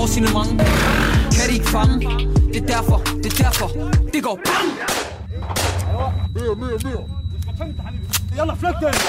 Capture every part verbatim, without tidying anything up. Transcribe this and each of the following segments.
signalement. Kan de ikke fange? Det er derfor, det er derfor, det går bang! Mere, mere, mere. Jalla, flygt den!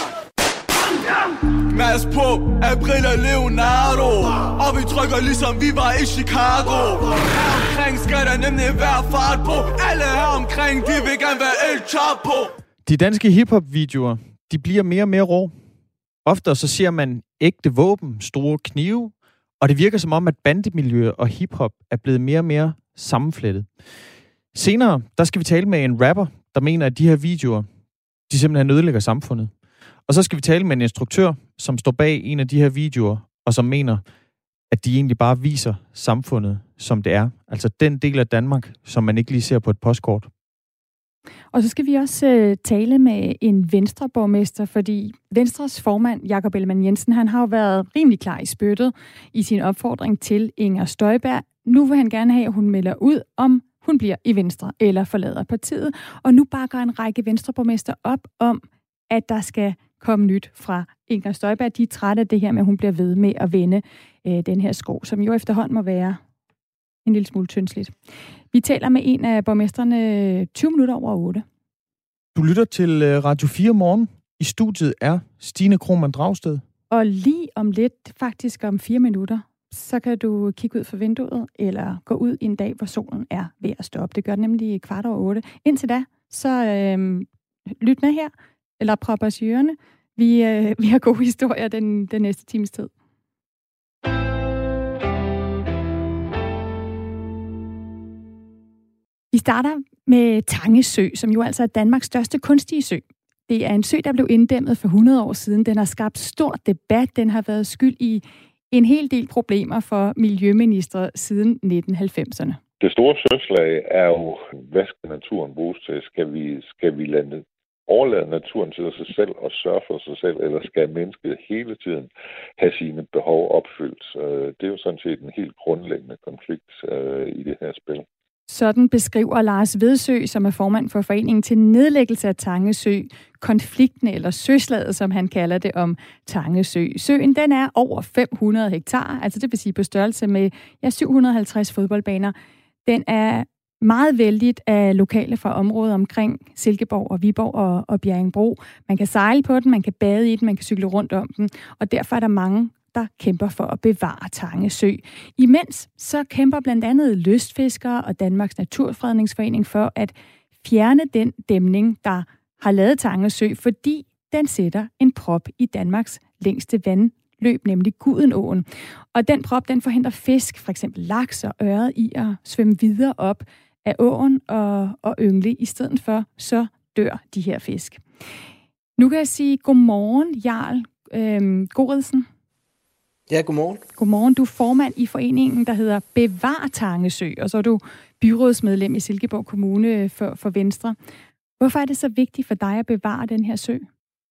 Mads på, April og Leonardo. Og vi trykker ligesom vi var i Chicago. Her omkring skal der nemlig være fart på. Alle her omkring, de vil gerne være El Chapo. De danske hiphop-videoer, de bliver mere og mere rå. Ofte så ser man ægte våben, store knive, og det virker som om, at bandemiljøer og hiphop er blevet mere og mere sammenflettet. Senere, der skal vi tale med en rapper, der mener, at de her videoer, de simpelthen ødelægger samfundet. Og så skal vi tale med en instruktør, som står bag en af de her videoer, og som mener, at de egentlig bare viser samfundet, som det er. Altså den del af Danmark, som man ikke lige ser på et postkort. Og så skal vi også øh, tale med en Venstre-borgmester, fordi Venstres formand, Jakob Ellemann-Jensen, han har jo været rimelig klar i spyttet i sin opfordring til Inger Støjberg. Nu vil han gerne have, at hun melder ud, om hun bliver i Venstre eller forlader partiet. Og nu bakker en række Venstre-borgmester op om, at der skal komme nyt fra Inger Støjberg. De er trætte af det her med, at hun bliver ved med at vende øh, den her skov, som jo efterhånden må være en lille smule tyndsligt. Vi taler med en af borgmesterne tyve minutter over otte. Du lytter til Radio fire morgen. I studiet er Stine Krohmann Dragsted. Og lige om lidt, faktisk om fire minutter, så kan du kigge ud for vinduet, eller gå ud en dag, hvor solen er ved at stå op. Det gør det nemlig kvart over otte. Indtil da, så øh, lyt med her, eller prop os i ørerne. Vi, øh, vi har gode historier den, den næste times tid. Vi starter med Tange Sø, som jo altså er Danmarks største kunstige sø. Det er en sø, der blev inddæmmet for hundrede år siden. Den har skabt stor debat. Den har været skyld i en hel del problemer for miljøministre siden nitten halvfemserne. Det store søslag er jo, hvad skal naturen bruges til? Skal vi, skal vi lade, overlade naturen til sig selv og sørge for sig selv, eller skal mennesket hele tiden have sine behov opfyldt? Det er jo sådan set en helt grundlæggende konflikt i det her spil. Sådan beskriver Lars Vedsø, som er formand for Foreningen til Nedlæggelse af Tange Sø, konflikten eller søslaget, som han kalder det, om Tange Sø. Søen, den er over fem hundrede hektar, altså det vil sige på størrelse med ja, syv hundrede og halvtreds fodboldbaner. Den er meget vældigt af lokale fra området omkring Silkeborg og Viborg og, og Bjerringbro. Man kan sejle på den, man kan bade i den, man kan cykle rundt om den, og derfor er der mange, der kæmper for at bevare Tange Sø. Imens så kæmper blandt andet lystfiskere og Danmarks Naturfredningsforening for at fjerne den dæmning, der har lavet Tange Sø, fordi den sætter en prop i Danmarks længste vandløb, nemlig Gudenåen. Og den prop, den forhindrer fisk, for eksempel laks og ørred, i at svømme videre op af åen og, og yngle. I stedet for, så dør de her fisk. Nu kan jeg sige godmorgen, Jarl øhm, Goridsen. Ja, godmorgen. Godmorgen. Du er formand i foreningen, der hedder Bevar Tange Sø, og så er du byrådsmedlem i Silkeborg Kommune for, for Venstre. Hvorfor er det så vigtigt for dig at bevare den her sø?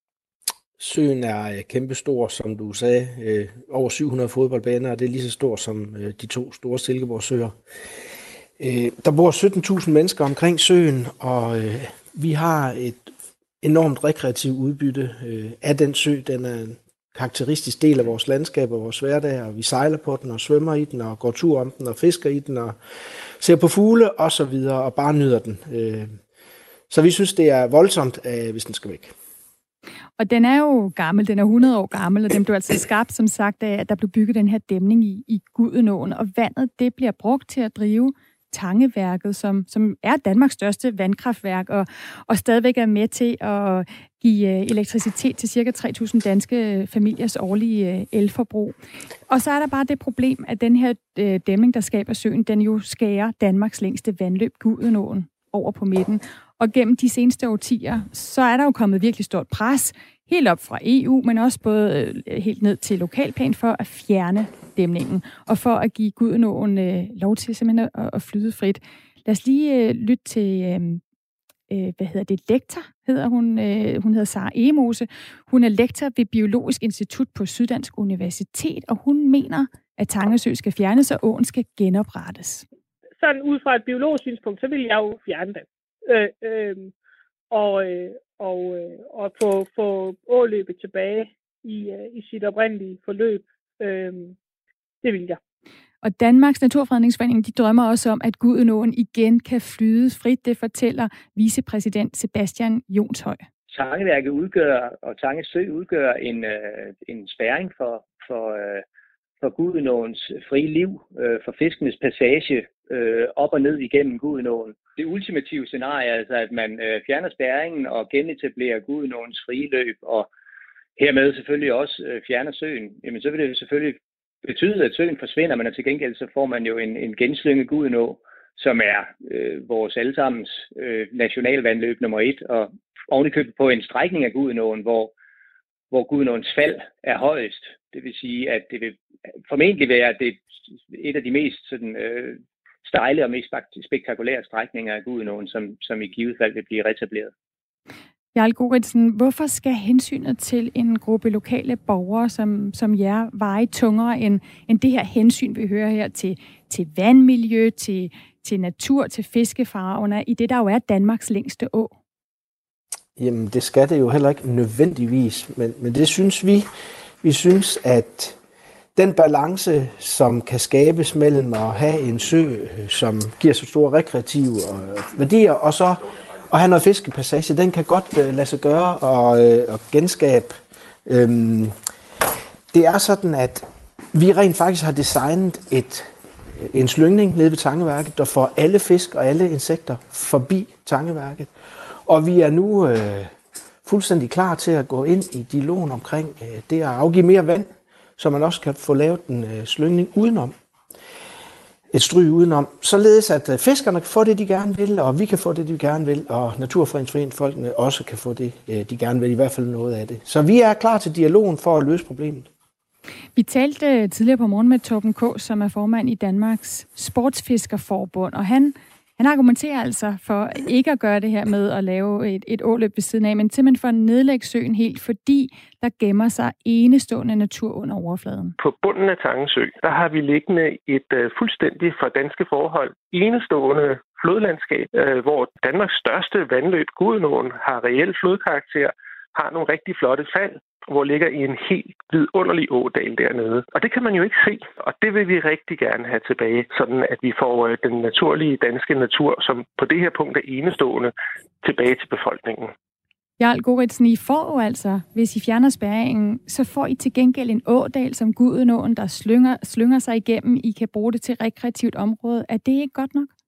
Søen er kæmpestor, som du sagde. Øh, over syv hundrede fodboldbaner, og det er lige så stor som øh, de to store Silkeborg-søer. Øh, der bor sytten tusind mennesker omkring søen, og øh, vi har et enormt rekreativt udbytte øh, af den sø. Den er en karakteristisk del af vores landskab og vores hverdag, og vi sejler på den og svømmer i den og går tur om den og fisker i den og ser på fugle og så videre og bare nyder den. Så vi synes, det er voldsomt, hvis den skal væk. Og den er jo gammel, den er hundrede år gammel, og den blev altså skabt, som sagt, af, at der blev bygget den her dæmning i, i Gudenåen, og vandet, det bliver brugt til at drive Tangeværket, som, som er Danmarks største vandkraftværk, og, og stadigvæk er med til at give elektricitet til cirka tre tusind danske familiers årlige elforbrug. Og så er der bare det problem, at den her dæmning, der skaber søen, den jo skærer Danmarks længste vandløb, Gudenåen, over på midten. Og gennem de seneste årtier, så er der jo kommet virkelig stort pres, helt op fra E U, men også både helt ned til lokalplan for at fjerne dæmningen, og for at give Gudenåen øh, lov til simpelthen at, at flyde frit. Lad os lige øh, lytte til, øh, hvad hedder det, lektor, hedder hun, øh, hun hedder Sara Egemose. Hun er lektor ved Biologisk Institut på Syddansk Universitet, og hun mener, at Tange Sø skal fjernes, og åen skal genoprettes. Sådan ud fra et biologisk synspunkt, så vil jeg jo fjerne den. Øh, øh, og, øh, og, øh, og få, få åløbet tilbage i, øh, i sit oprindelige forløb. Øh, det vil jeg. Og Danmarks Naturfredningsforening, de drømmer også om, at Gudenåen igen kan flyde frit. Det fortæller vicepræsident Sebastian Jonshøj. Tangeværket udgør, og Tange Sø udgør en, øh, en spærring for, for, øh, for Gudenåens frie liv, øh, for fiskenes passage øh, op og ned igennem Gudenåen. Det ultimative scenarie er altså, at man øh, fjerner spærringen og genetablerer Gudenåens frie løb, og hermed selvfølgelig også øh, fjerner søen. Jamen så vil det selvfølgelig betyde, at søen forsvinder, men til gengæld så får man jo en, en genslynge Gudenå, som er øh, vores allesammens øh, nationalvandløb nummer et, og ovenikøbet på en strækning af Gudenåen, hvor, hvor Gudenåens fald er højest. Det vil sige, at det vil formentlig være det et af de mest sådan, øh, stejle og mest spektakulære strækninger af Gudenåen, som, som i givet fald vil blive retableret. Jarl Goritsen, hvorfor skal hensynet til en gruppe lokale borgere som, som jer veje tungere end, end det her hensyn, vi hører her til, til vandmiljø, til, til natur, til fiskefarverne, i det, der jo er Danmarks længste å? Jamen, det skal det jo heller ikke nødvendigvis, men, men det synes vi. Vi synes, at den balance, som kan skabes mellem at have en sø, som giver så store rekreative værdier, og så at have noget fiskepassage, den kan godt lade sig gøre og, og genskabe. Øhm, det er sådan, at vi rent faktisk har designet et, en slyngning nede ved Tangeværket, der får alle fisk og alle insekter forbi Tangeværket. Og vi er nu øh, fuldstændig klar til at gå ind i dialogen omkring øh, det at afgive mere vand, så man også kan få lavet en øh, slyngning udenom. Et stryg udenom. Således at øh, fiskerne kan få det, de gerne vil, og vi kan få det, de gerne vil, og Naturfredningsforeningen også kan få det, øh, de gerne vil, i hvert fald noget af det. Så vi er klar til dialogen for at løse problemet. Vi talte tidligere på morgen med Torben K., som er formand i Danmarks Sportsfiskerforbund, og han Han argumenterer altså for ikke at gøre det her med at lave et, et åløb ved siden af, men simpelthen for at nedlægge søen helt, fordi der gemmer sig enestående natur under overfladen. På bunden af Tange Sø, der har vi liggende et uh, fuldstændig for danske forhold enestående flodlandskab, uh, hvor Danmarks største vandløb, Gudenåen, har reel flodkarakter, har nogle rigtig flotte fald, hvor ligger i en helt vidunderlig ådal dernede. Og det kan man jo ikke se, og det vil vi rigtig gerne have tilbage, sådan at vi får øh, den naturlige danske natur, som på det her punkt er enestående, tilbage til befolkningen. Jarl Goritsen, I får jo altså, hvis I fjerner spærringen, så får I til gengæld en ådal som Gudenåen, der slynger, slynger sig igennem. I kan bruge det til rekreativt område. Er det ikke godt nok?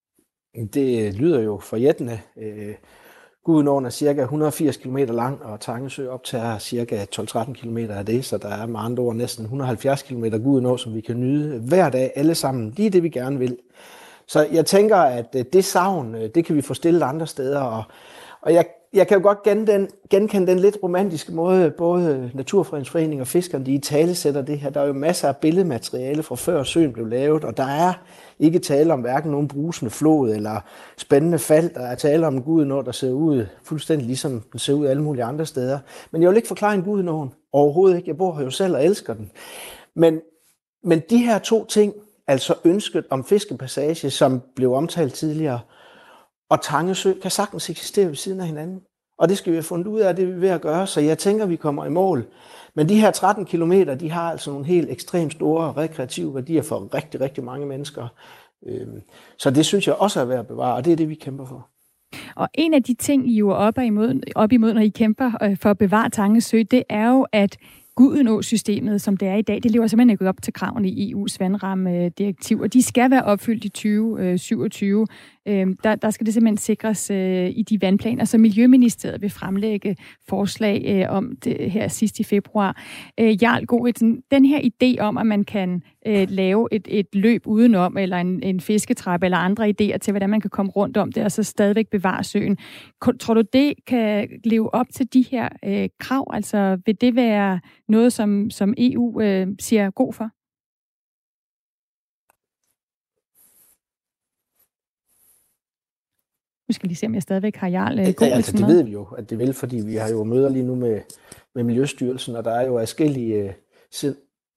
Det lyder jo forjættende. Øh Gudenåen er cirka et hundrede og firs kilometer lang, og Tangesø optager cirka tolv til tretten kilometer af det, så der er med andre ord næsten et hundrede og halvfjerds kilometer Gudenå, som vi kan nyde hver dag alle sammen. Det er det, vi gerne vil. Så jeg tænker, at det savn, det kan vi få stillet andre steder, og, og jeg, jeg kan jo godt genkende den, genkende den lidt romantiske måde, både Naturfredningsforeningen og fiskerne, de i tale sætter det her. Der er jo masser af billedmateriale fra før søen blev lavet, og der er ikke tale om hverken nogen brusende flod eller spændende fald. Der er tale om en Gudenå, der ser ud fuldstændig ligesom den ser ud alle mulige andre steder. Men jeg vil ikke forklare en Gudenåen. Overhovedet ikke. Jeg bor her jo selv og elsker den. Men, men de her to ting, altså ønsket om fiskepassage, som blev omtalt tidligere, og Tangesø, kan sagtens eksistere ved siden af hinanden. Og det skal vi have fundet ud af, det vi er ved at gøre. Så jeg tænker, vi kommer i mål. Men de her tretten kilometer, de har altså nogle helt ekstremt store rekreative værdier for rigtig, rigtig mange mennesker. Så det synes jeg også er værd at bevare, og det er det, vi kæmper for. Og en af de ting, I jo er op imod, op imod, når I kæmper for at bevare Tange Sø, det er jo, at Gudenå-systemet, som det er i dag, det lever simpelthen ikke op til kravene i E U's vandrammedirektiv, og de skal være opfyldt i tyve syvogtyve. Der, der skal det simpelthen sikres i de vandplaner, så Miljøministeriet vil fremlægge forslag om det her sidst i februar. Jarl Goritsen, den her idé om, at man kan lave et, et løb udenom, eller en, en fisketrappe, eller andre idéer til, hvordan man kan komme rundt om det, og så stadigvæk bevare søen. Tror du, det kan leve op til de her øh, krav? Altså, vil det være noget, som, som E U øh, siger god for? Nu skal lige se, om jeg stadigvæk har Jarl øh, Goritsen. Altså, det ved vi jo, at det vil, fordi vi har jo møder lige nu med, med Miljøstyrelsen, og der er jo adskillige øh, sind.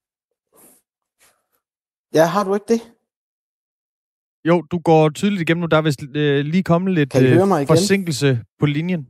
Ja, har du ikke det? Jo, du går tydeligt igennem nu. Der er vist øh, lige kommet lidt øh, forsinkelse på linjen.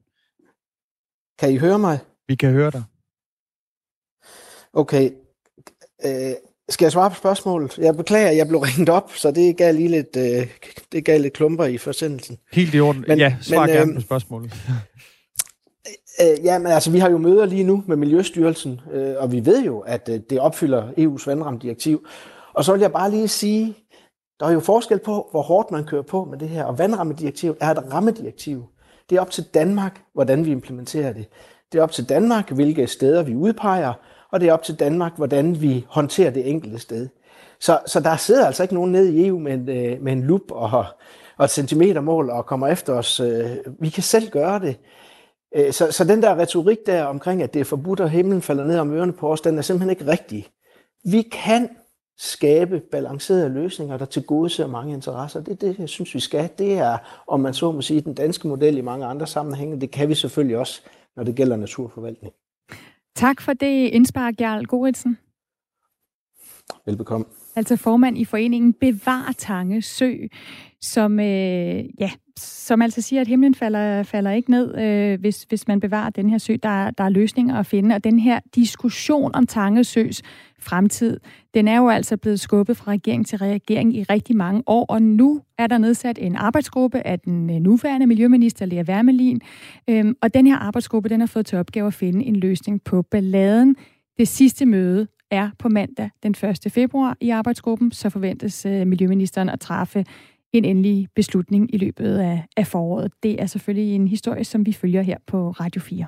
Kan I høre mig? Vi kan høre dig. Okay. Øh, Skal jeg svare på spørgsmålet? Jeg beklager, at jeg blev ringet op, så det gav lige lidt, øh, det gav lidt klumper i forsendelsen. Helt i orden. Men, ja, svar men, gerne øh, på spørgsmålet. øh, ja, men altså, vi har jo møder lige nu med Miljøstyrelsen, øh, og vi ved jo, at øh, det opfylder E U's vandrammedirektiv. Og så vil jeg bare lige sige, der er jo forskel på, hvor hårdt man kører på med det her. Og vandrammedirektiv er et rammedirektiv. Det er op til Danmark, hvordan vi implementerer det. Det er op til Danmark, hvilke steder vi udpeger, og det er op til Danmark, hvordan vi håndterer det enkelte sted. Så, så der sidder altså ikke nogen nede i E U med en, med en lup og, og et centimetermål og kommer efter os. Vi kan selv gøre det. Så, så den der retorik der omkring, at det er forbudt, og himlen falder ned om ørerne på os, den er simpelthen ikke rigtig. Vi kan skabe balancerede løsninger, der tilgodeser mange interesser. Det er det, jeg synes, vi skal. Det er, om man så må sige, den danske model i mange andre sammenhænge. Det kan vi selvfølgelig også, når det gælder naturforvaltning. Tak for det indspark, Jarl Goritsen. Velbekomme. Altså formand i foreningen Bevar Tange Sø, som, øh, ja, som altså siger, at himlen falder, falder ikke ned, øh, hvis, hvis man bevarer den her sø. Der, der er løsninger at finde, og den her diskussion om Tange Søs fremtid, den er jo altså blevet skubbet fra regering til regering i rigtig mange år, og nu er der nedsat en arbejdsgruppe af den nuværende miljøminister, Lea Wermelin, øh, og den her arbejdsgruppe, den har fået til opgave at finde en løsning på balladen. Det sidste møde er på mandag den første februar i arbejdsgruppen, så forventes øh, miljøministeren at træffe en endelig beslutning i løbet af, af foråret. Det er selvfølgelig en historie, som vi følger her på Radio fire.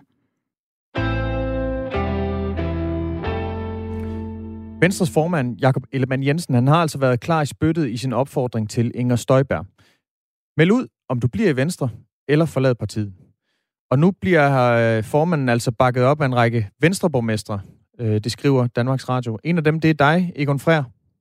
Venstres formand, Jakob Ellemann-Jensen, han har altså været klar i spyttet i sin opfordring til Inger Støjberg. Meld ud, om du bliver i Venstre eller forlad partiet. Og nu bliver formanden altså bakket op af en række venstreborgmestre. Det skriver Danmarks Radio. En af dem, det er dig, Egon Frær.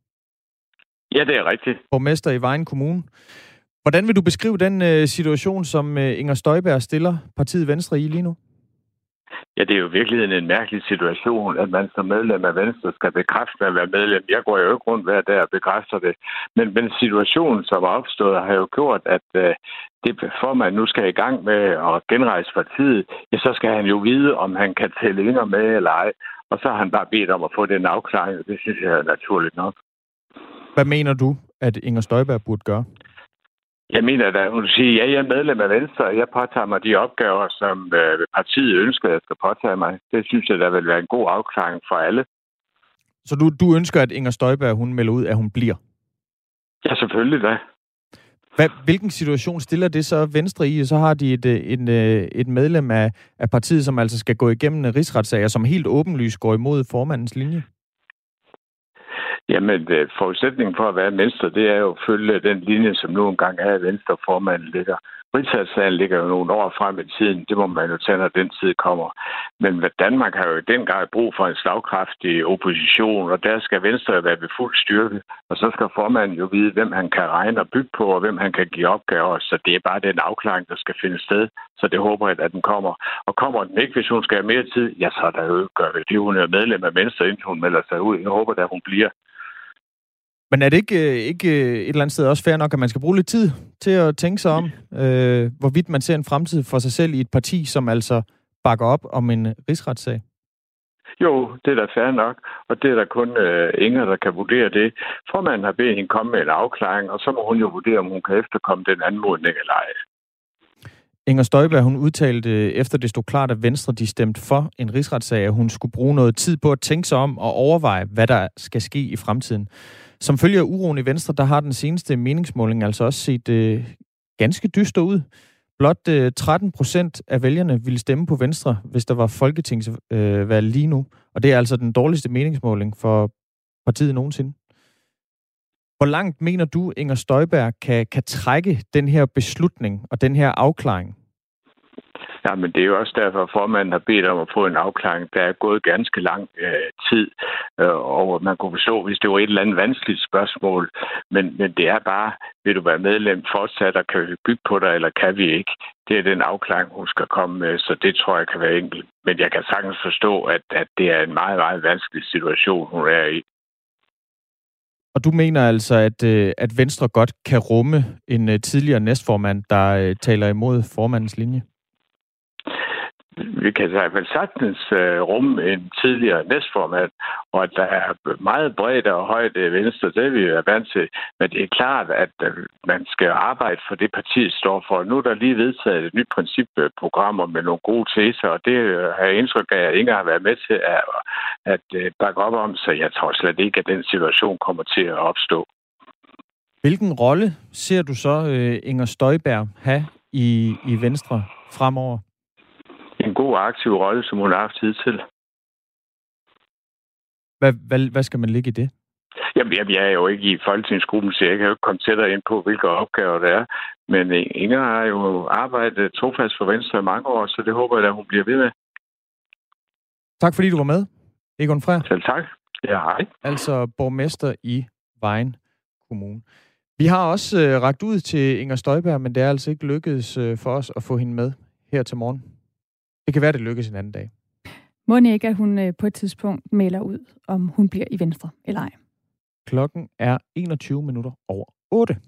Ja, det er rigtigt. Borgmester i Vejen Kommune. Hvordan vil du beskrive den uh, situation, som uh, Inger Støjberg stiller partiet Venstre i lige nu? Ja, det er jo virkelig en mærkelig situation, at man som medlem af Venstre skal bekræfte at være medlem. Jeg går jo ikke rundt hver dag og bekræfter det. Men, men situationen, som er opstået, har jo gjort, at uh, det formand nu skal i gang med at genrejse partiet, ja, så skal han jo vide, om han kan tælle Inger med eller ej. Og så har han bare bedt om at få den afklaring, og det synes jeg er naturligt nok. Hvad mener du, at Inger Støjberg burde gøre? Jeg mener, at hun siger, ja, jeg er medlem af Venstre, og jeg påtager mig de opgaver, som øh, partiet ønsker, at jeg skal påtage mig. Det synes jeg, der vil være en god afklaring for alle. Så du, du ønsker, at Inger Støjberg, hun melder ud, at hun bliver? Ja, selvfølgelig da. Hvad, hvilken situation stiller det så Venstre i? Så har de et, et, et medlem af, af partiet, som altså skal gå igennem rigsretssager, som helt åbenlyst går imod formandens linje? Jamen, forudsætningen for at være Venstre, det er jo at følge den linje, som nu engang er, at Venstre-formanden ligger. Rigsretssagen ligger jo nogle år frem i tiden. Det må man jo tage, når den tid kommer. Men Danmark har jo i den grad brug for en slagkraftig opposition, og der skal Venstre være ved fuld styrke. Og så skal formanden jo vide, hvem han kan regne og bygge på, og hvem han kan give opgaver. Så det er bare den afklaring, der skal finde sted. Så det håber jeg, at den kommer. Og kommer den ikke, hvis hun skal have mere tid, ja, så er der jo gør det. Hun er medlem af Venstre, indtil hun melder sig ud. Jeg håber, at hun bliver. Men er det ikke, ikke et eller andet sted også fair nok, at man skal bruge lidt tid til at tænke sig om, øh, hvorvidt man ser en fremtid for sig selv i et parti, som altså bakker op om en rigsretssag? Jo, det er da fair nok, og det er der kun øh, Inger, der kan vurdere det. Formanden har bedt hende komme med en afklaring, og så må hun jo vurdere, om hun kan efterkomme den anmodning eller ej. Inger Støjberg, hun udtalte, efter det stod klart, at Venstre de stemte for en rigsretssag, at hun skulle bruge noget tid på at tænke sig om og overveje, hvad der skal ske i fremtiden. Som følge af uroen i Venstre, der har den seneste meningsmåling altså også set øh, ganske dyster ud. Blot øh, tretten procent af vælgerne ville stemme på Venstre, hvis der var folketingsvalg øh, lige nu. Og det er altså den dårligste meningsmåling for partiet nogensinde. Hvor langt mener du, Inger Støjberg kan, kan trække den her beslutning og den her afklaring? Ja, men det er jo også derfor, at formanden har bedt om at få en afklaring. Der er gået ganske lang øh, tid, øh, og man kunne forstå, hvis det var et eller andet vanskeligt spørgsmål. Men, men det er bare, vil du være medlem fortsat, og kan vi bygge på dig, eller kan vi ikke? Det er den afklaring, hun skal komme med, så det tror jeg kan være enkelt. Men jeg kan sagtens forstå, at, at det er en meget, meget vanskelig situation, hun er i. Og du mener altså, at, at Venstre godt kan rumme en tidligere næstformand, der taler imod formandens linje? vi kan i hvert fald sagtens uh, rumme en tidligere næstformand, og at der er meget bredt og højt uh, venstre, det er vi jo vant til. Men det er klart, at uh, man skal arbejde for det, partiet står for. Nu er der lige vedtaget et nyt principprogram med nogle gode teser, og det uh, har jeg indtryk af, at Inger har været med til at, at uh, bakke op om, så jeg tror slet ikke, at den situation kommer til at opstå. Hvilken rolle ser du så uh, Inger Støjberg have i, i Venstre fremover? En god og aktiv rolle, som hun har haft tid til. Hvad, hvad, hvad skal man ligge i det? Jamen, jeg er jo ikke i folketingsgruppen, så jeg kan jo ikke komme tættere ind på, hvilke opgaver det er. Men Inger har jo arbejdet trofast for Venstre i mange år, så det håber jeg, at hun bliver ved med. Tak fordi du var med, Egon Frær. Selv tak. Ja, hej. Altså borgmester i Vejen Kommune. Vi har også øh, rakt ud til Inger Støjberg, men det er altså ikke lykkedes øh, for os at få hende med her til morgen. Det kan være, det lykkes en anden dag. Må ikke, at hun øh, på et tidspunkt melder ud, om hun bliver i Venstre eller ej. Klokken er enogtyve minutter over otte.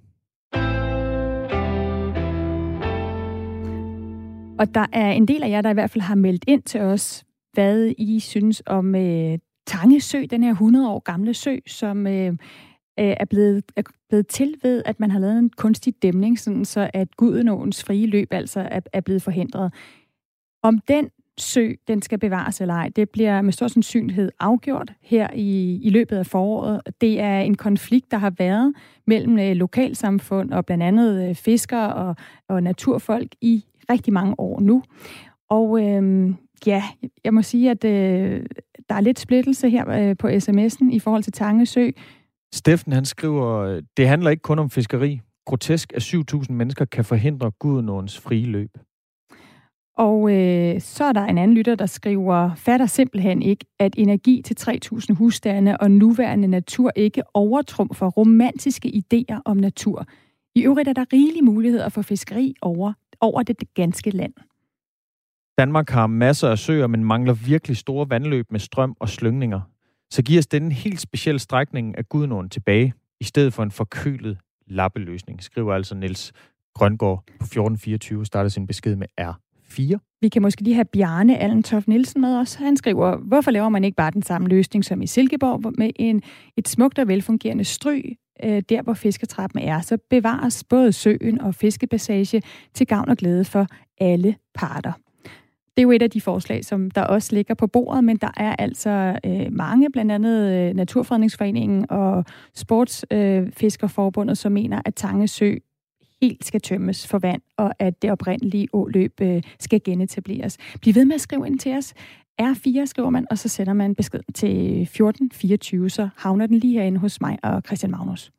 Og der er en del af jer, der i hvert fald har meldt ind til os, hvad I synes om øh, Tange Sø, den her hundrede år gamle sø, som øh, er, blevet, er blevet til ved, at man har lavet en kunstig dæmning, sådan så at Gudenåens frie løb altså er, er blevet forhindret. Om den sø, den skal bevares eller ej, det bliver med stor sandsynlighed afgjort her i, i løbet af foråret. Det er en konflikt, der har været mellem øh, lokalsamfund og blandt andet øh, fiskere og, og naturfolk i rigtig mange år nu. Og øh, ja, jeg må sige, at øh, der er lidt splittelse her øh, på sms'en i forhold til Tange Sø. Steffen, han skriver, det handler ikke kun om fiskeri. Grotesk, at syv tusind mennesker kan forhindre Gudenåens frie løb. Og øh, så er der en anden lytter, der skriver, fatter simpelthen ikke, at energi til tre tusind husstande og nuværende natur ikke overtrumfer romantiske idéer om natur. I øvrigt er der rigelige muligheder for fiskeri over, over det ganske land. Danmark har masser af søer, men mangler virkelig store vandløb med strøm og slyngninger. Så giver os denne helt specielle strækning af Gudenåen tilbage, i stedet for en forkølet lappeløsning, skriver altså Niels Grøngaard på fjorten fireogtyve, starter sin besked med R fire. Vi kan måske lige have Bjarne Allentoft Nielsen med os. Han skriver, hvorfor laver man ikke bare den samme løsning som i Silkeborg, med en, et smukt og velfungerende stryg, øh, der hvor fisketrappen er, så bevares både søen og fiskepassage til gavn og glæde for alle parter. Det er jo et af de forslag, som der også ligger på bordet, men der er altså øh, mange, blandt andet øh, Naturfredningsforeningen og Sportsfiskerforbundet, øh, som mener, at Tange Sø helt skal tømmes for vand, og at det oprindelige åløb øh, skal genetableres. Bliv ved med at skrive ind til os. R fire skriver man, og så sender man besked til fjorten fireogtyve, så havner den lige herinde hos mig og Christian Magnus.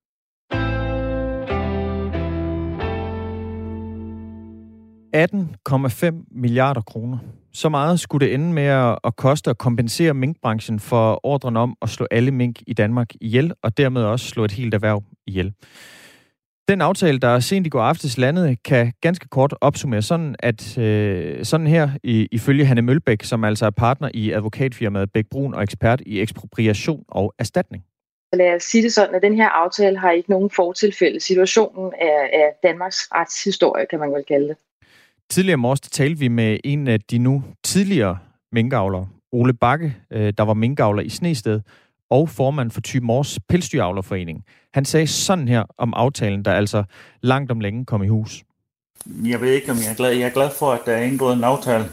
atten komma fem milliarder kroner. Så meget skulle det ende med at koste at kompensere minkbranchen for ordren om at slå alle mink i Danmark ihjel, og dermed også slå et helt erhverv ihjel. Den aftale, der sent i går aftes landede, kan ganske kort opsummere sådan, at øh, sådan her, i, ifølge Hanne Mølbæk, som altså er partner i advokatfirmaet Bæk Bruun og ekspert i ekspropriation og erstatning. Lad os sige det sådan, at den her aftale har ikke nogen fortilfælde. Situationen er, er Danmarks retshistorie, kan man vel kalde det. Tidligere morges talte vi med en af de nu tidligere minkavlere, Ole Bakke, øh, der var minkavler i Snested, og formand for Thy Mors Pelsdyravlerforening. Han sagde sådan her om aftalen, der altså langt om længe kom i hus. Jeg ved ikke, om jeg er glad. Jeg er glad for, at der er indgået en aftale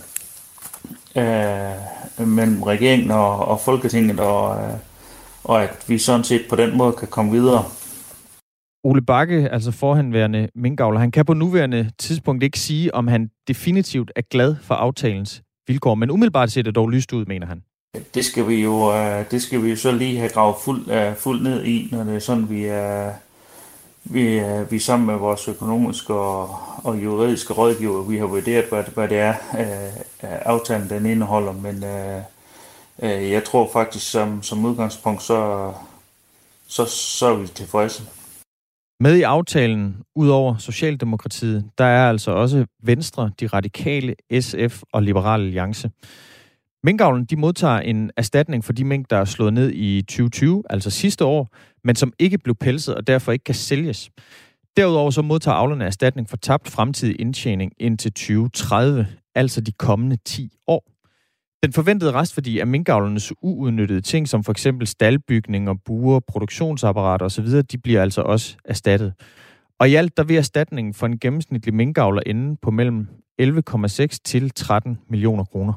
øh, mellem regeringen og, og Folketinget, og, øh, og at vi sådan set på den måde kan komme videre. Ole Bakke, altså forhenværende minkavler, han kan på nuværende tidspunkt ikke sige, om han definitivt er glad for aftalens vilkår, men umiddelbart ser det dog lyst ud, mener han. Det skal vi jo, det skal vi jo så lige have gravet fuld, fuld ned i, når det er sådan, vi er, vi er, vi er sammen med vores økonomiske og, og juridiske rådgiver, vi har vurderet, hvad, hvad det er, aftalen den indeholder, men øh, jeg tror faktisk, som, som udgangspunkt, så, så, så er vi tilfredse. Med i aftalen, udover Socialdemokratiet, der er altså også Venstre, De Radikale, S F og Liberal Alliance. Minkavlerne, de modtager en erstatning for de mink, der er slået ned i tyve tyve, altså sidste år, men som ikke blev pelset og derfor ikke kan sælges. Derudover så modtager avlerne erstatning for tabt fremtidig indtjening indtil tyve tredive. altså de kommende ti år. Den forventede restværdi af minkavlernes uudnyttede ting, som for eksempel staldbygninger, buer, produktionsapparater osv., de bliver altså også erstattet. Og i alt der vil erstatningen for en gennemsnitlig minkavler ende på mellem elleve komma seks til tretten millioner kroner.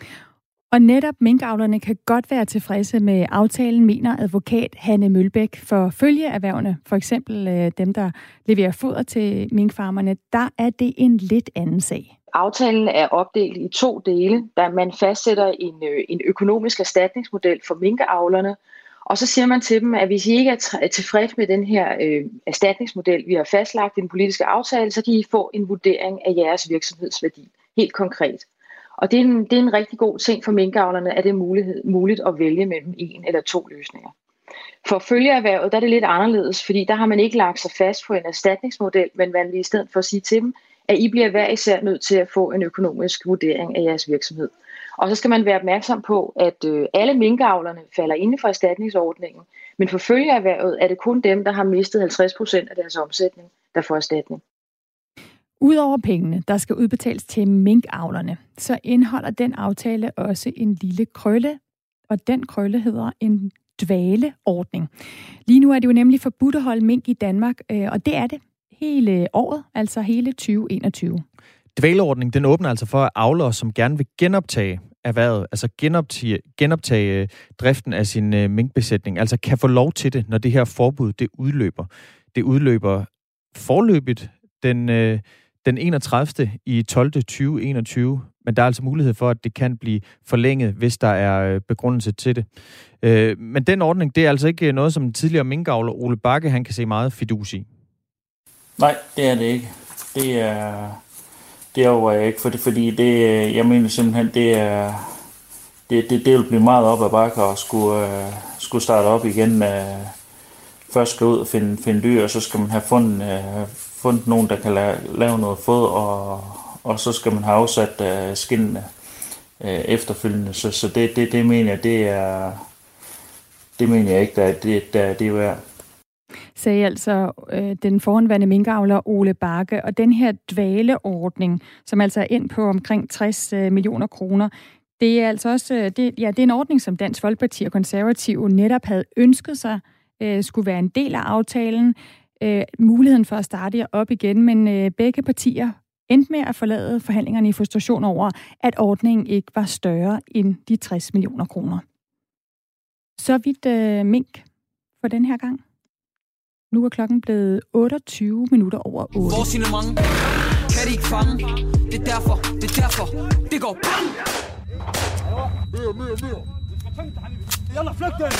Og netop minkavlerne kan godt være tilfredse med aftalen, mener advokat Hanne Mølbæk. For følgeerhvervene, for eksempel dem, der leverer foder til minkfarmerne, der er det en lidt anden sag. Aftalen er opdelt i to dele, der man fastsætter en, en økonomisk erstatningsmodel for minkavlerne, og så siger man til dem, at hvis I ikke er tilfreds med den her øh, erstatningsmodel, vi har fastlagt i den politiske aftale, så kan I få en vurdering af jeres virksomhedsværdi, helt konkret. Og det er, en, det er en rigtig god ting for minkavlerne, at det er mulighed, muligt at vælge mellem en eller to løsninger. For følgeerhvervet der er det lidt anderledes, fordi der har man ikke lagt sig fast på en erstatningsmodel, men man vil i stedet for at sige til dem, at I bliver hver især nødt til at få en økonomisk vurdering af jeres virksomhed. Og så skal man være opmærksom på, at øh, alle minkavlerne falder inden for erstatningsordningen, men for følgeerhvervet er det kun dem, der har mistet halvtreds procent af deres omsætning, der får erstatning. Udover pengene, der skal udbetales til minkavlerne, så indeholder den aftale også en lille krølle, og den krølle hedder en dvaleordning. Lige nu er det jo nemlig forbudt at holde mink i Danmark, og det er det hele året, altså hele tyve enogtyve. Dvaleordningen, den åbner altså for avlere, som gerne vil genoptage erhvervet, altså genoptage, genoptage driften af sin øh, minkbesætning, altså kan få lov til det, når det her forbud, det udløber. Det udløber forløbigt den, øh, den enogtredivte i tolvte tyve enogtyve, men der er altså mulighed for, at det kan blive forlænget, hvis der er øh, begrundelse til det. Øh, men den ordning, det er altså ikke noget, som den tidligere minkavler Ole Bakke, han kan se meget fidus i. Nej, det er det ikke. Det er... Det overvejer jeg ikke, for det, fordi det, jeg mener simpelthen, det er, det, det, det vil blive meget op ad bakke og skulle, uh, skulle starte op igen. Uh, først skal ud og finde, finde dyr, og så skal man have fundet, uh, fundet nogen, der kan la- lave noget fod, og, og så skal man have afsat uh, skinnene uh, efterfølgende. Så, så det, det, det mener jeg, det er, det mener jeg ikke, der, det, der, det er værd. Sagde altså øh, den forhenværende minkavler Ole Bakke, og den her dvaleordning, som altså er ind på omkring tres øh, millioner kroner, det er altså også øh, det, ja, det er en ordning, som Dansk Folkeparti og Konservative netop havde ønsket sig, øh, skulle være en del af aftalen, øh, muligheden for at starte op igen, men øh, begge partier endte med at forlade forhandlingerne i frustration over, at ordningen ikke var større end de tres millioner kroner. Så vidt øh, mink for den her gang. Nu er klokken blevet otteogtyve minutter over otte. Vores signalement kan de ikke fange. Det er derfor, det er derfor, det går bang! Mere, mere, mere. Jalla, flygt den!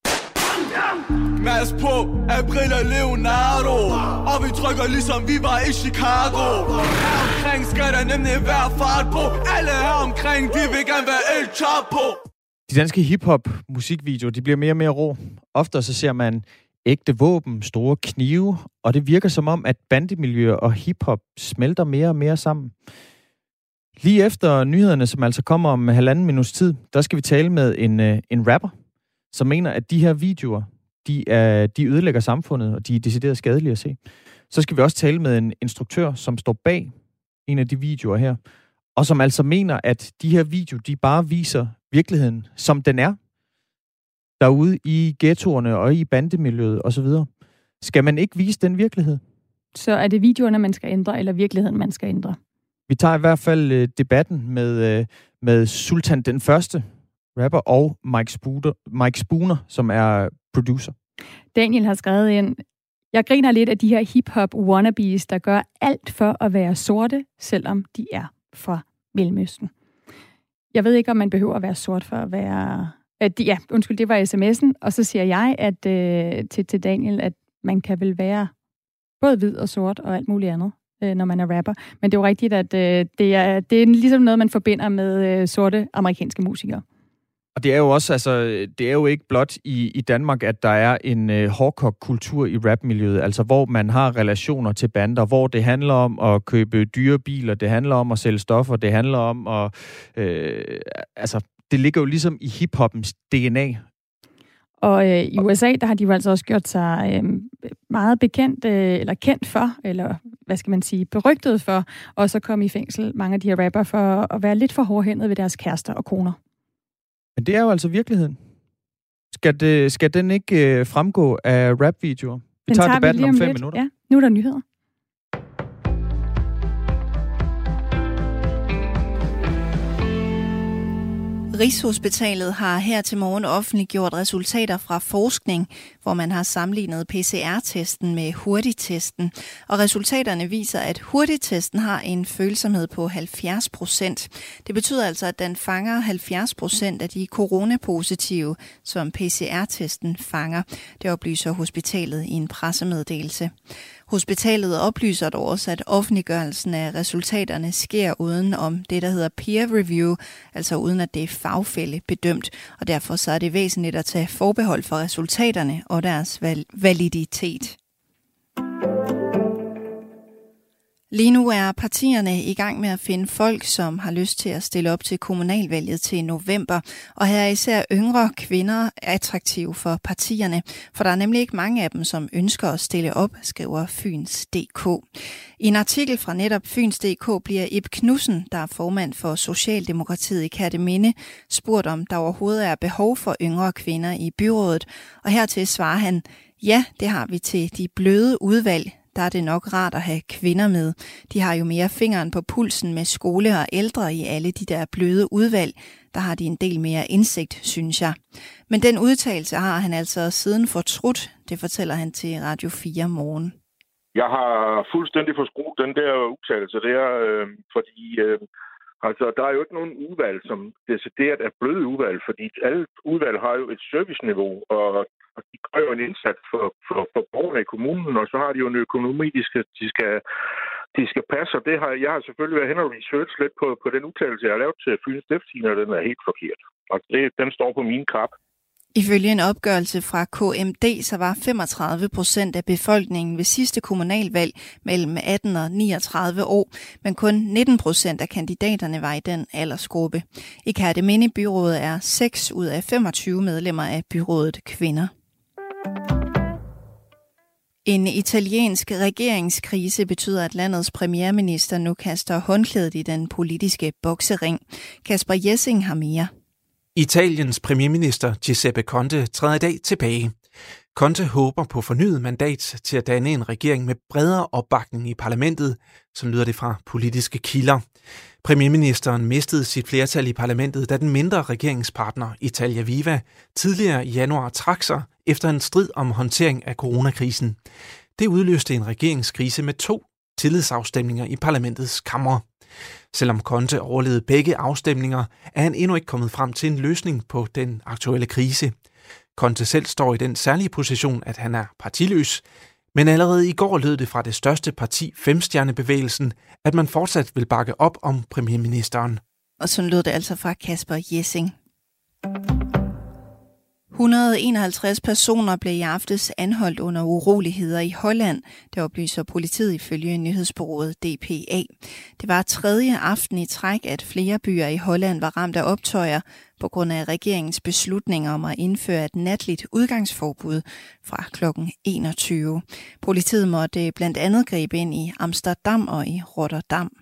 Mads på, April og Leonardo. Og vi trykker ligesom vi var i Chicago. Her omkring skal der nemlig være fart på. Alle her omkring, de vil gerne være El Chapo. De danske hiphop musikvideoer, de bliver mere og mere rå. Ofte så ser man ægte våben, store knive, og det virker som om, at bandemiljøer og hiphop smelter mere og mere sammen. Lige efter nyhederne, som altså kommer om halvanden minuts tid, der skal vi tale med en, en rapper, som mener, at de her videoer, de, er, de ødelægger samfundet, og de er decideret skadelige at se. Så skal vi også tale med en instruktør, som står bag en af de videoer her, og som altså mener, at de her videoer, de bare viser virkeligheden, som den er, derude i ghettoerne og i bandemiljøet osv. Skal man ikke vise den virkelighed? Så er det videoerne, man skal ændre, eller virkeligheden, man skal ændre? Vi tager i hvert fald øh, debatten med, øh, med Sultan den Første, rapper, og Mike Spooner, Mike Spooner, som er producer. Daniel har skrevet ind, jeg griner lidt af de her hip-hop wannabes, der gør alt for at være sorte, selvom de er fra Mellemøsten. Jeg ved ikke, om man behøver at være sort for at være... At, ja, undskyld, det var sms'en, og så siger jeg at, øh, til, til Daniel, at man kan vel være både hvid og sort og alt muligt andet, øh, når man er rapper. Men det er jo rigtigt, at øh, det, er, det er ligesom noget, man forbinder med øh, sorte amerikanske musikere. Og det er jo også, altså, det er jo ikke blot i, i Danmark, at der er en øh, hårdkogt-kultur i rapmiljøet, altså hvor man har relationer til bander, hvor det handler om at købe dyre biler, det handler om at sælge stoffer, det handler om at, øh, altså, det ligger jo ligesom i hiphoppens D N A. Og øh, i U S A, der har de jo altså også gjort sig øh, meget bekendt, øh, eller kendt for, eller hvad skal man sige, berygtet for, også at komme i fængsel, mange af de her rapper, for at være lidt for hårdhændet ved deres kærester og koner. Men det er jo altså virkeligheden. Skal, det, skal den ikke øh, fremgå af rap-videoer? Vi den tager, tager debatten vi om om fem lidt. minutter. Ja, nu er der nyheder. Rigshospitalet har her til morgen offentliggjort resultater fra forskning, hvor man har sammenlignet P C R-testen med hurtigtesten. Og resultaterne viser, at hurtigtesten har en følsomhed på halvfjerds procent. Det betyder altså, at den fanger halvfjerds procent af de coronapositive, som P C R-testen fanger. Det oplyser hospitalet i en pressemeddelelse. Hospitalet oplyser dog også, at offentliggørelsen af resultaterne sker uden om det, der hedder peer review, altså uden at det er fagfælle bedømt, og derfor så er det væsentligt at tage forbehold for resultaterne og deres val- validitet. Lige nu er partierne i gang med at finde folk, som har lyst til at stille op til kommunalvalget til november. Og her er især yngre kvinder attraktive for partierne, for der er nemlig ikke mange af dem, som ønsker at stille op, skriver Fyns punktum d k. I en artikel fra netop Fyns punktum d k bliver Ib Knudsen, der er formand for Socialdemokratiet i Kerteminde, spurgt om der overhovedet er behov for yngre kvinder i byrådet. Og hertil svarer han, ja, det har vi til de bløde udvalg. Der er det nok rart at have kvinder med. De har jo mere fingeren på pulsen med skole og ældre i alle de der bløde udvalg. Der har de en del mere indsigt, synes jeg. Men den udtalelse har han altså siden fortrudt. Det fortæller han til Radio fire Morgen. Jeg har fuldstændig forskruet den der udtalelse der, øh, fordi øh, altså, der er jo ikke nogen udvalg, som decideret er bløde udvalg, fordi alle udvalg har jo et serviceniveau, og Og de gør jo en indsats for, for, for borgerne i kommunen, og så har de jo en økonomi, de skal, de skal, de skal passe. Og det har, jeg har selvfølgelig været hen og research lidt på, på den udtalelse, jeg har lavet til Fyns Stiftstidende, og den er helt forkert. Og det, den står på min kap. Ifølge en opgørelse fra K M D, så var femogtredive procent af befolkningen ved sidste kommunalvalg mellem atten og niogtredive år, men kun nitten procent af kandidaterne var i den aldersgruppe. I Kerteminde byrådet er seks ud af femogtyve medlemmer af byrådet kvinder. En italiensk regeringskrise betyder, at landets premierminister nu kaster håndklædet i den politiske boksering. Kasper Jessing har mere. Italiens premierminister Giuseppe Conte træder i dag tilbage. Conte håber på fornyet mandat til at danne en regering med bredere opbakning i parlamentet, som lyder det fra politiske kilder. Premierministeren mistede sit flertal i parlamentet, da den mindre regeringspartner Italia Viva tidligere i januar trak sig efter en strid om håndtering af coronakrisen. Det udløste en regeringskrise med to tillidsafstemninger i parlamentets kamre. Selvom Conte overlevede begge afstemninger, er han endnu ikke kommet frem til en løsning på den aktuelle krise. Conte selv står i den særlige position, at han er partiløs, men allerede i går lød det fra det største parti, Femstjernebevægelsen, at man fortsat vil bakke op om premierministeren. Og sådan lød det altså fra Kasper Jessing. et hundrede og enoghalvtreds personer blev i aftes anholdt under uroligheder i Holland. Det oplyser politiet ifølge nyhedsbureauet D P A. Det var tredje aften i træk, at flere byer i Holland var ramt af optøjer på grund af regeringens beslutning om at indføre et natligt udgangsforbud fra klokken enogtyve. Politiet måtte blandt andet gribe ind i Amsterdam og i Rotterdam.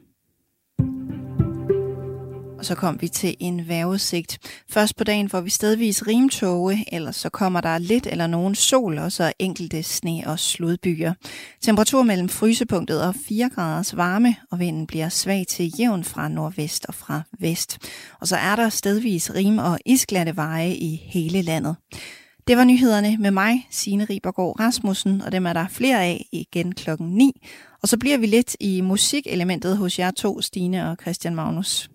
Og så kom vi til en vejrudsigt. Først på dagen får vi stedvis rimtåge, ellers så kommer der lidt eller nogen sol, og så enkelte sne- og sludbyer. Temperatur mellem frysepunktet og fire graders varme, og vinden bliver svag til jævn fra nordvest og fra vest. Og så er der stedvis rim- og isglatte veje i hele landet. Det var nyhederne med mig, Signe Ribergaard Rasmussen, og dem er der flere af igen klokken ni. Og så bliver vi lidt i musikelementet hos jer to, Stine og Christian Magnus.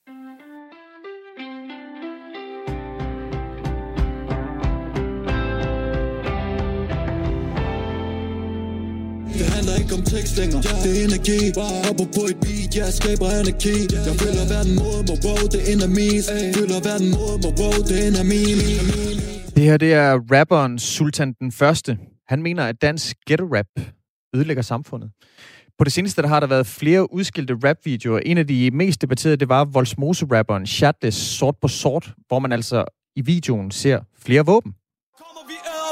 Det handler ikke om tekst længere, det er energi. Hopper på et beat, jeg skaber anarki. Jeg føler verden mod mig, wow, det er min. Føler verden mod mig, wow, det er min. Det her, det er rapperen Sultan den Første. Han mener, at dansk ghetto-rap ødelægger samfundet. På det seneste, der har der været flere udskilte rap-videoer. En af de mest debatterede, det var Vollsmose-rapperen Shadless Sort på Sort, hvor man altså i videoen ser flere våben.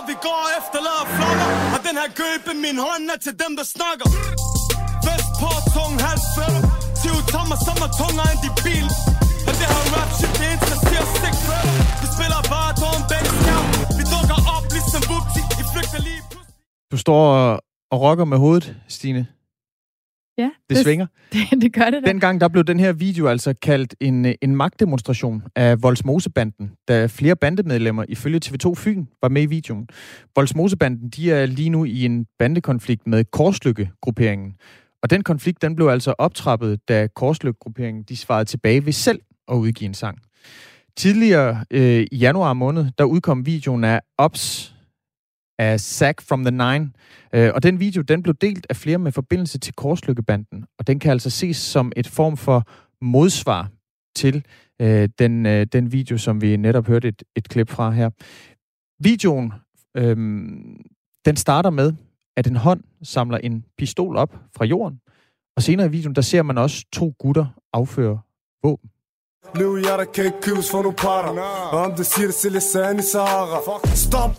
vi går efter lader flammer. Og den her køb i min hånd er til dem, der snakker. Vest på tung halsfælder. tyve tommer, som er tungere end de bil. Og det her rap shit, det interesserer stik fælder. Vi spiller bare dårn bag skærm. Vi dukker op ligesom Vupti. I flygter lige pludselig. Du står og rocker med hovedet, Stine. Ja, det, det svinger. Det, det gør det da. Dengang der blev den her video altså kaldt en, en magtdemonstration af Vollsmosebanden, da flere bandemedlemmer ifølge T V to Fyn var med i videoen. Vollsmosebanden, de er lige nu i en bandekonflikt med Korsløkke-grupperingen. Og den konflikt, den blev altså optrappet, da Korsløkke-grupperingen de svarede tilbage ved selv at udgive en sang. Tidligere øh, i januar måned, der udkom videoen af Ops af Zack from the Nine. Øh, og den video, den blev delt af flere med forbindelse til Korsløkkebanden. Og den kan altså ses som et form for modsvar til øh, den, øh, den video, som vi netop hørte et, et klip fra her. Videoen, øh, den starter med, at en hånd samler en pistol op fra jorden. Og senere i videoen, der ser man også to gutter afføre våben. Lille hjerter kan ikke købes for nogle parter. Og om det siger det selv, jeg sagde i Sahara. Stop!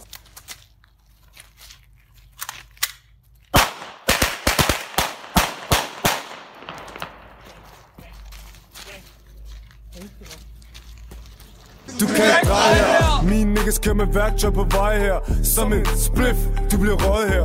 Du kan ikke dreje her. Mine niggas kan med værktøj på vej her. Som en spliff, du bliver røget her.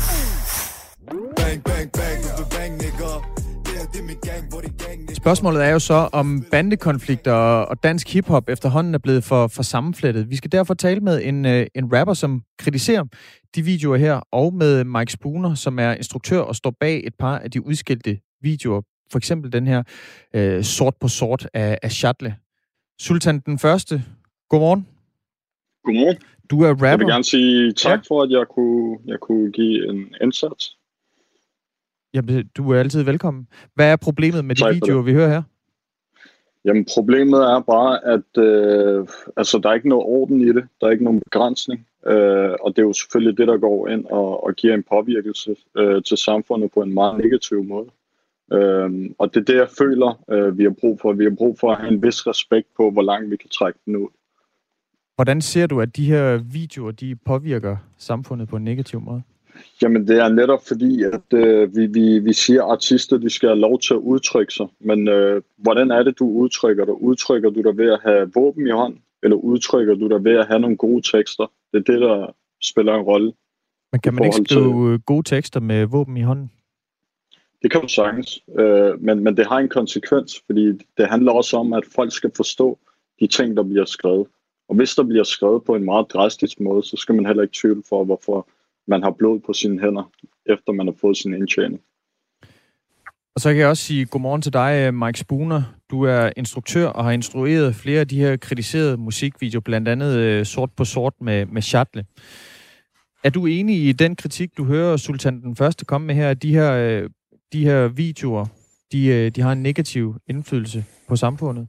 Bang, bang, bang, du bang, nigga. Det er det min gang, hvor det gang, nigga. Spørgsmålet er jo så, om bandekonflikter og dansk hiphop efterhånden er blevet for, for sammenflettet. Vi skal derfor tale med en, en rapper, som kritiserer de videoer her, og med Mike Spooner, som er instruktør og står bag et par af de udskilte videoer. For eksempel den her øh, Sort på Sort af, af Shadle. Sultan den første, godmorgen. Godmorgen. Du er rapper. Jeg vil gerne sige tak ja. for, at jeg kunne, jeg kunne give en indsats. Jamen, du er altid velkommen. Hvad er problemet med de tak videoer, vi hører her? Jamen, problemet er bare, at øh, altså, der er ikke noget orden i det. Der er ikke nogen begrænsning. Øh, og det er jo selvfølgelig det, der går ind og, og giver en påvirkelse øh, til samfundet på en meget negativ måde. Øhm, og det er det, jeg føler, øh, vi har brug for. Vi har brug for at have en vis respekt på, hvor langt vi kan trække den ud. Hvordan ser du, at de her videoer, de påvirker samfundet på en negativ måde? Jamen, det er netop fordi, at øh, vi, vi, vi siger, at artister, de skal have lov til at udtrykke sig. Men øh, hvordan er det, du udtrykker dig? Udtrykker du dig ved at have våben i hånd? Eller udtrykker du dig ved at have nogle gode tekster? Det er det, der spiller en rolle. Men kan man ikke skrive til gode tekster med våben i hånden? Det kan du sagtens, øh, men, men det har en konsekvens, fordi det handler også om, at folk skal forstå de ting, der bliver skrevet. Og hvis der bliver skrevet på en meget drastisk måde, så skal man heller ikke tvivle for, hvorfor man har blod på sine hænder, efter man har fået sin indtjening. Og så kan jeg også sige godmorgen til dig, Mike Spooner. Du er instruktør og har instrueret flere af de her kritiserede musikvideoer, blandt andet Sort på Sort med, med Shadle. Er du enig i den kritik, du hører Sultan den første komme med her, at de her... de her videoer, de, de har en negativ indflydelse på samfundet?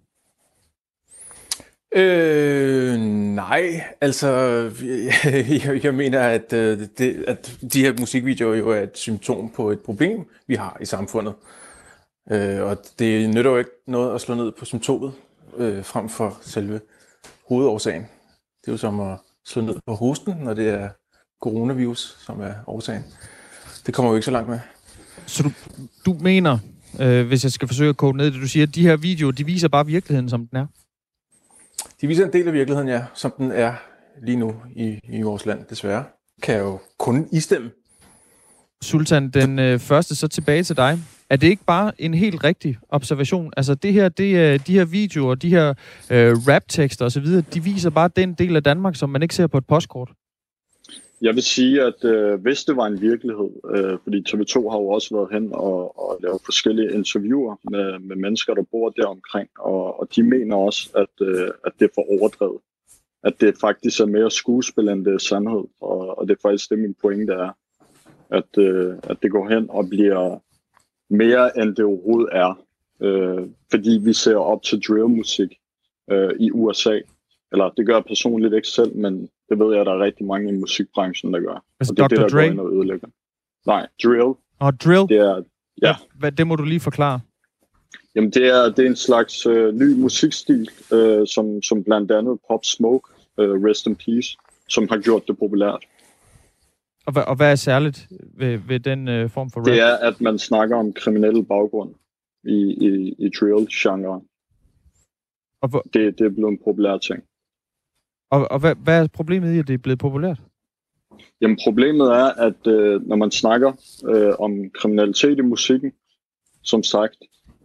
Øh, nej, altså, jeg, jeg mener, at, det, at de her musikvideoer jo er et symptom på et problem, vi har i samfundet. Øh, og det nytter jo ikke noget at slå ned på symptomet, øh, frem for selve hovedårsagen. Det er jo som at slå ned på hosten, når det er coronavirus, som er årsagen. Det kommer jo ikke så langt med. Så du, du mener, øh, hvis jeg skal forsøge at kode ned det, du siger, at de her videoer, de viser bare virkeligheden, som den er? De viser en del af virkeligheden, ja, som den er lige nu i, i vores land, desværre. Kan jeg jo kun istemme. Sultan, den øh, første, så tilbage til dig. Er det ikke bare en helt rigtig observation? Altså det her, det, de her videoer, de her øh, raptekster osv., de viser bare den del af Danmark, som man ikke ser på et postkort? Jeg vil sige, at øh, hvis det var en virkelighed, øh, fordi T V to har jo også været hen og, og lavet forskellige interviewer med, med mennesker, der bor der omkring, og, og de mener også, at, øh, at det er for overdrevet. At det faktisk er mere skuespil, end det er sandhed, og, og det er faktisk det, min pointe er. At, øh, at det går hen og bliver mere, end det overhovedet er. Øh, fordi vi ser op til drillmusik øh, i U S A. Eller det gør jeg personligt ikke selv, men det ved jeg, at der er rigtig mange i musikbranchen, der gør. Altså og det er doktor det, der Dre? går ind og ødelægger. Nej, drill. Og drill? Det er, ja. Hvad, det må du lige forklare. Jamen, det er, det er en slags øh, ny musikstil, øh, som, som blandt andet Pop Smoke, øh, Rest in Peace, som har gjort det populært. Og, og hvad er særligt ved, ved den øh, form for rap? Det er, at man snakker om kriminelle baggrund i, i, i drill-genren. Og hvor... det, det er blevet en populær ting. Og, og hvad, hvad er problemet i, at det er blevet populært? Jamen problemet er, at øh, når man snakker øh, om kriminalitet i musikken, som sagt,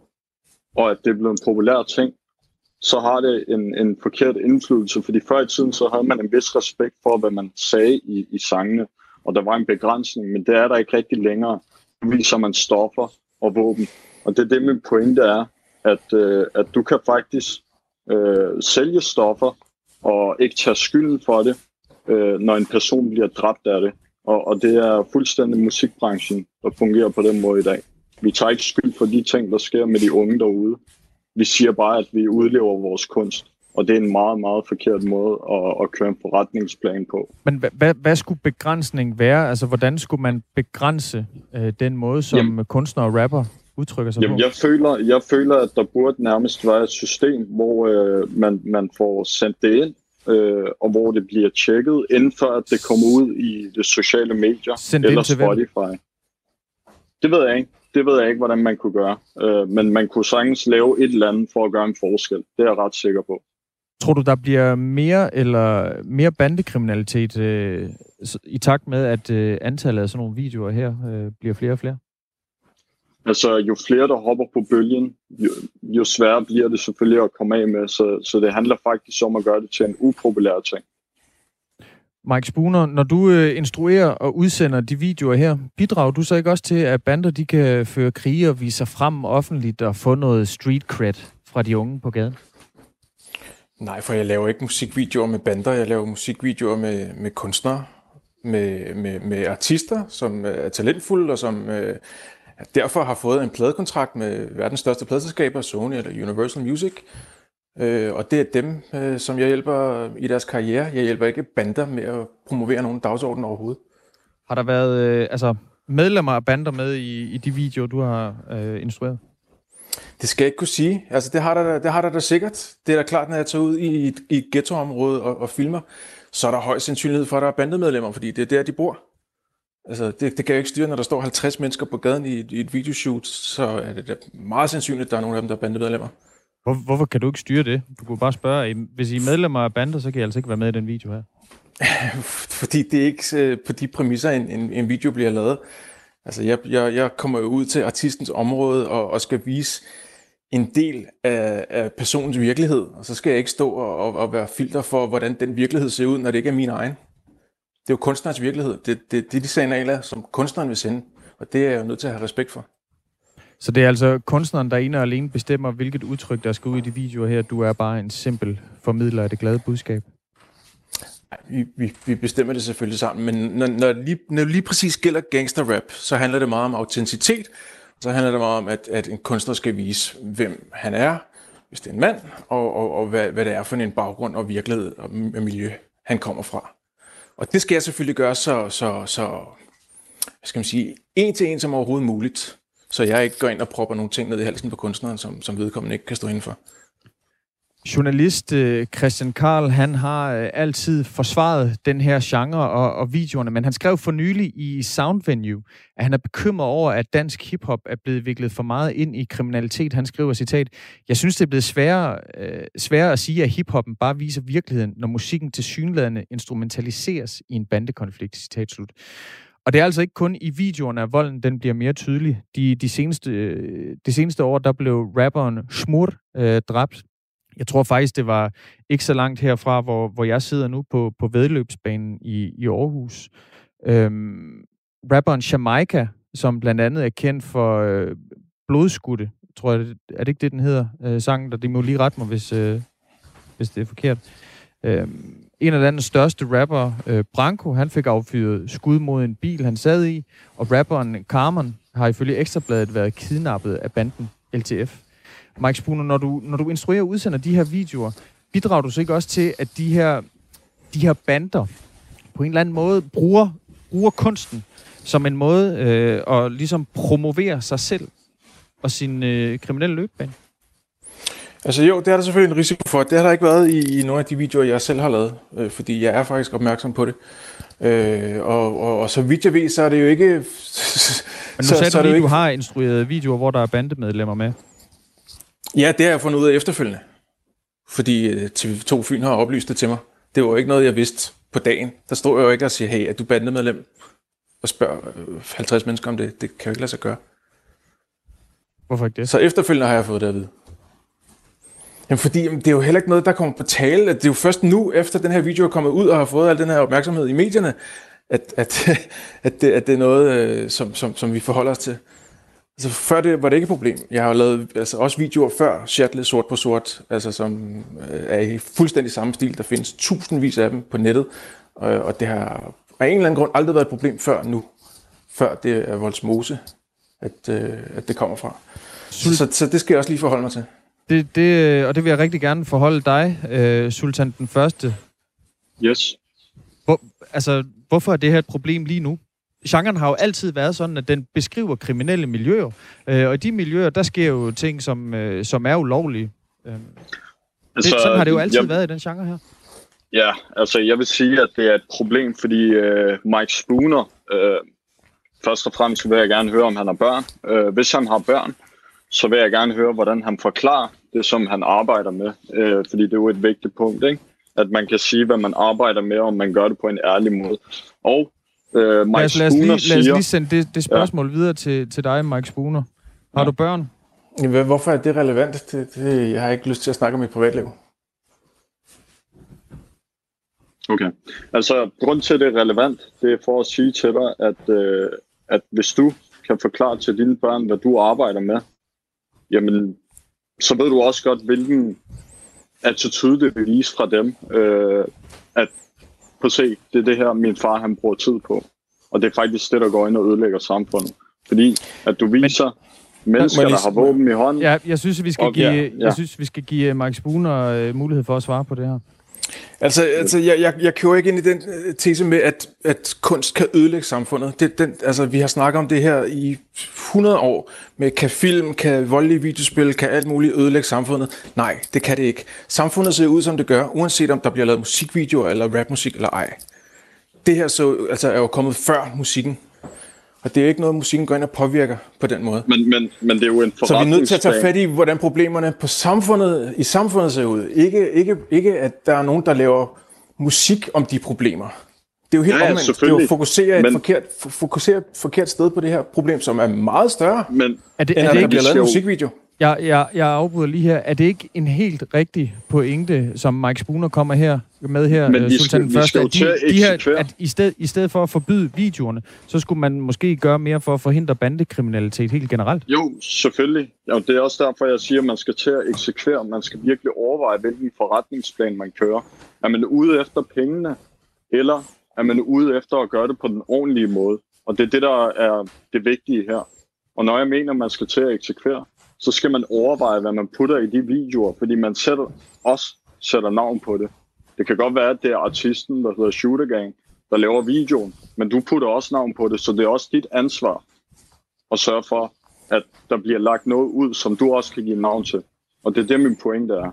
og at det er blevet en populær ting, så har det en, en forkert indflydelse, fordi før i tiden, så havde man en vis respekt for, hvad man sagde i, i sangene, og der var en begrænsning, men det er der ikke rigtig længere. Nu viser man stoffer og våben, og det er det, min pointe er, at, øh, at du kan faktisk øh, sælge stoffer, og ikke tage skylden for det, øh, når en person bliver dræbt af det. Og, og det er fuldstændig musikbranchen, der fungerer på den måde i dag. Vi tager ikke skyld for de ting, der sker med de unge derude. Vi siger bare, at vi udlever vores kunst. Og det er en meget, meget forkert måde at, at køre en forretningsplan på. Men hvad, hvad skulle begrænsning være? Altså, hvordan skulle man begrænse øh, den måde, som Jamen. kunstner og rapper udtrykker sig Jamen, på? Jeg føler, jeg føler, at der burde nærmest være et system, hvor øh, man, man får sendt det ind, øh, og hvor det bliver tjekket, inden for at det kommer ud i de sociale medier Sendt eller Spotify. Hvem? Det ved jeg ikke. Det ved jeg ikke, hvordan man kunne gøre. Øh, men man kunne sagtens lave et eller andet for at gøre en forskel. Det er jeg ret sikker på. Tror du, der bliver mere eller mere bandekriminalitet øh, i takt med, at øh, antallet af sådan nogle videoer her øh, bliver flere og flere? Altså, jo flere, der hopper på bølgen, jo, jo sværere bliver det selvfølgelig at komme af med. Så, så det handler faktisk om at gøre det til en upopulær ting. Mike Spooner, når du øh, instruerer og udsender de videoer her, bidrager du så ikke også til, at bander de kan føre krige og vise sig frem offentligt og få noget street cred fra de unge på gaden? Nej, for jeg laver ikke musikvideoer med bander, jeg laver musikvideoer med, med kunstnere, med, med, med artister, som er talentfulde og som øh, derfor har fået en pladekontrakt med verdens største pladeselskaber, Sony eller Universal Music. Øh, og det er dem, øh, som jeg hjælper i deres karriere. Jeg hjælper ikke bander med at promovere nogen dagsorden overhovedet. Har der været øh, altså medlemmer af bander med i, i de videoer, du har øh, instrueret? Det skal jeg ikke kunne sige. Altså, det har der, det har der da sikkert. Det er da klart, når jeg tager ud i, i et ghettoområde og, og filmer, så er der høj sandsynlighed for, at der er bandemedlemmer, fordi det er der, de bor. Altså, det, det kan jeg ikke styre, når der står halvtreds mennesker på gaden i, i et videoshoot, så er det da meget sandsynligt, at der er nogle af dem, der er bandemedlemmer. Hvor, hvorfor kan du ikke styre det? Du kunne bare spørge, hvis I er medlemmer af bander, så kan I altså ikke være med i den video her. Fordi det er ikke på de præmisser, en, en, en video bliver lavet. Altså, jeg, jeg, jeg kommer jo ud til artistens område og, og skal vise en del af, af personens virkelighed, og så skal jeg ikke stå og, og, og være filter for, hvordan den virkelighed ser ud, når det ikke er min egen. Det er jo kunstnerens virkelighed. Det er det, det, de signaler, som kunstneren vil sende, og det er jeg jo nødt til at have respekt for. Så det er altså kunstneren, der ene og alene bestemmer, hvilket udtryk, der skal ud i de videoer her. Du er bare en simpel formidler af det glade budskab. Vi, vi, vi bestemmer det selvfølgelig sammen, men når, når, lige, når lige præcis gælder gangsterrap, så handler det meget om autenticitet, og så handler det meget om, at, at en kunstner skal vise, hvem han er, hvis det er en mand, og, og, og hvad, hvad det er for en baggrund og virkelighed og miljø, han kommer fra. Og det skal jeg selvfølgelig gøre så, så, så hvad skal man sige, en til en som overhovedet muligt, så jeg ikke går ind og propper nogle ting ned i halsen på kunstneren, som, som vedkommende ikke kan stå indenfor. Journalist Christian Karl, han har altid forsvaret den her genre og, og videoerne, men han skrev for nylig i Soundvenue, at han er bekymret over, at dansk hiphop er blevet viklet for meget ind i kriminalitet. Han skriver, citat, jeg synes, det er blevet sværere, øh, sværere at sige, at hiphoppen bare viser virkeligheden, når musikken tilsyneladende instrumentaliseres i en bandekonflikt, citat slut. Og det er altså ikke kun i videoerne, at volden den bliver mere tydelig. De, de, seneste, de seneste år, der blev rapperen Shmur øh, dræbt. Jeg tror faktisk, det var ikke så langt herfra, hvor, hvor jeg sidder nu på, på væddeløbsbanen i, i Aarhus. Øhm, rapperen Jamaica, som blandt andet er kendt for øh, Blodskudte, tror jeg, er det ikke det, den hedder? Øh, sangen, der de må lige rette mig, hvis, øh, hvis det er forkert. Øhm, en af landets største rapper, øh, Branko, han fik affyret skud mod en bil, han sad i, og rapperen Carmen har ifølge Ekstrabladet været kidnappet af banden L T F. Mike Spooner, når du, når du instruerer og udsender de her videoer, bidrager du så ikke også til, at de her, de her bander på en eller anden måde bruger, bruger kunsten som en måde øh, at ligesom promovere sig selv og sin øh, kriminelle løbebane? Altså jo, det er der selvfølgelig en risiko for. Det har der ikke været i, i nogle af de videoer, jeg selv har lavet, øh, fordi jeg er faktisk opmærksom på det. Øh, og, og, og så vidt jeg ved, så er det jo ikke... Men nu så, sagde så du lige, ikke... du har instrueret videoer, hvor der er bandemedlemmer med. Ja, det har jeg fundet ud af efterfølgende. Fordi T V to Fyn har oplyst det til mig. Det var jo ikke noget, jeg vidste på dagen. Der stod jeg jo ikke og siger, hey, er du bandemedlem? Og spørger halvtreds mennesker om det. Det kan jo ikke lade sig gøre. Hvorfor ikke det? Så efterfølgende har jeg fået det at vide. Jamen fordi jamen, det er jo heller ikke noget, der kommer på tale. Det er jo først nu, efter den her video er kommet ud og har fået al den her opmærksomhed i medierne, at, at, at, det, at det er noget, som, som, som vi forholder os til. Altså før det var det ikke et problem. Jeg har jo lavet altså, også videoer før Shirtless sort på sort, altså, som er i fuldstændig samme stil. Der findes tusindvis af dem på nettet, og, og det har af en eller anden grund aldrig været et problem før nu. Før det er Vollsmose, at, at det kommer fra. Så, så, så det skal jeg også lige forholde mig til. Det, det, og det vil jeg rigtig gerne forholde dig, øh, Sultan den Første. Yes. Hvor, altså, hvorfor er det her et problem lige nu? Genren har jo altid været sådan, at den beskriver kriminelle miljøer. Øh, og i de miljøer, der sker jo ting, som, øh, som er ulovlige. Øh, altså, det, sådan har det jo altid jeg, været i den genre her. Ja, altså jeg vil sige, at det er et problem, fordi øh, Mike Spooner, øh, først og fremmest vil jeg gerne høre, om han har børn. Øh, hvis han har børn, så vil jeg gerne høre, hvordan han forklarer det, som han arbejder med. Øh, fordi det er jo et vigtigt punkt, ikke? At man kan sige, hvad man arbejder med, og man gør det på en ærlig måde. Og øh, Mike lad os, lad os Spooner lige, siger... Lad os lige sende det, det spørgsmål ja. videre til, til dig, Mike Spooner. Har ja. du børn? Ja, hvorfor er det relevant? Det, det, jeg har ikke lyst til at snakke om mit privatliv. Okay. Altså, grund til, at det er relevant, det er for at sige til dig, at, øh, at hvis du kan forklare til dine børn, hvad du arbejder med, jamen, så ved du også godt, hvilken attitude det vil vise fra dem. Øh, at, på se, det er det her, min far, han bruger tid på. Og det er faktisk det, der går ind og ødelægger samfundet. Fordi, at du viser Men, mennesker, lige... der har våben i hånden. Ja, jeg synes, vi skal og, give, ja, ja. jeg synes, vi skal give Mike Spooner uh, mulighed for at svare på det her. Altså, altså jeg, jeg, jeg kører ikke ind i den tese med, at, at kunst kan ødelægge samfundet. Det, den, altså, vi har snakket om det her i hundrede år. Med, kan film, kan voldelige videospil, kan alt muligt ødelægge samfundet? Nej, det kan det ikke. Samfundet ser ud, som det gør, uanset om der bliver lavet musikvideoer eller rapmusik eller ej. Det her så, altså, er jo kommet før musikken. Og det er jo ikke noget, musikken går ind og påvirker på den måde. Men, men, men det er jo en forretningsplan. Så vi er nødt til at tage fat i, hvordan problemerne på samfundet, i samfundet ser ud. Ikke, ikke, ikke at der er nogen, der laver musik om de problemer. Det er jo helt ja, omvendt. Det er jo at fokusere, men, et forkert, fokusere et forkert sted på det her problem, som er meget større, men, er det, end er at det der bliver lavet en musikvideo. Jeg, jeg, jeg afbryder lige her. Er det ikke en helt rigtig pointe, som Mike Spooner kommer her med her, men vi Sultan den Første, at, de, de her, at i, sted, i stedet for at forbyde videoerne, så skulle man måske gøre mere for at forhindre bandekriminalitet helt generelt? Jo, selvfølgelig. Ja, det er også derfor, jeg siger, at man skal til at eksekvere. Man skal virkelig overveje, hvilken forretningsplan man kører. Er man ude efter pengene, eller er man ude efter at gøre det på den ordentlige måde? Og det er det, der er det vigtige her. Og når jeg mener, at man skal til at eksekvere, så skal man overveje, hvad man putter i de videoer, fordi man sætter, også sætter navn på det. Det kan godt være, at det er artisten, der hedder Shooter Gang, der laver videoen, men du putter også navn på det, så det er også dit ansvar at sørge for, at der bliver lagt noget ud, som du også kan give navn til. Og det er det, min pointe er.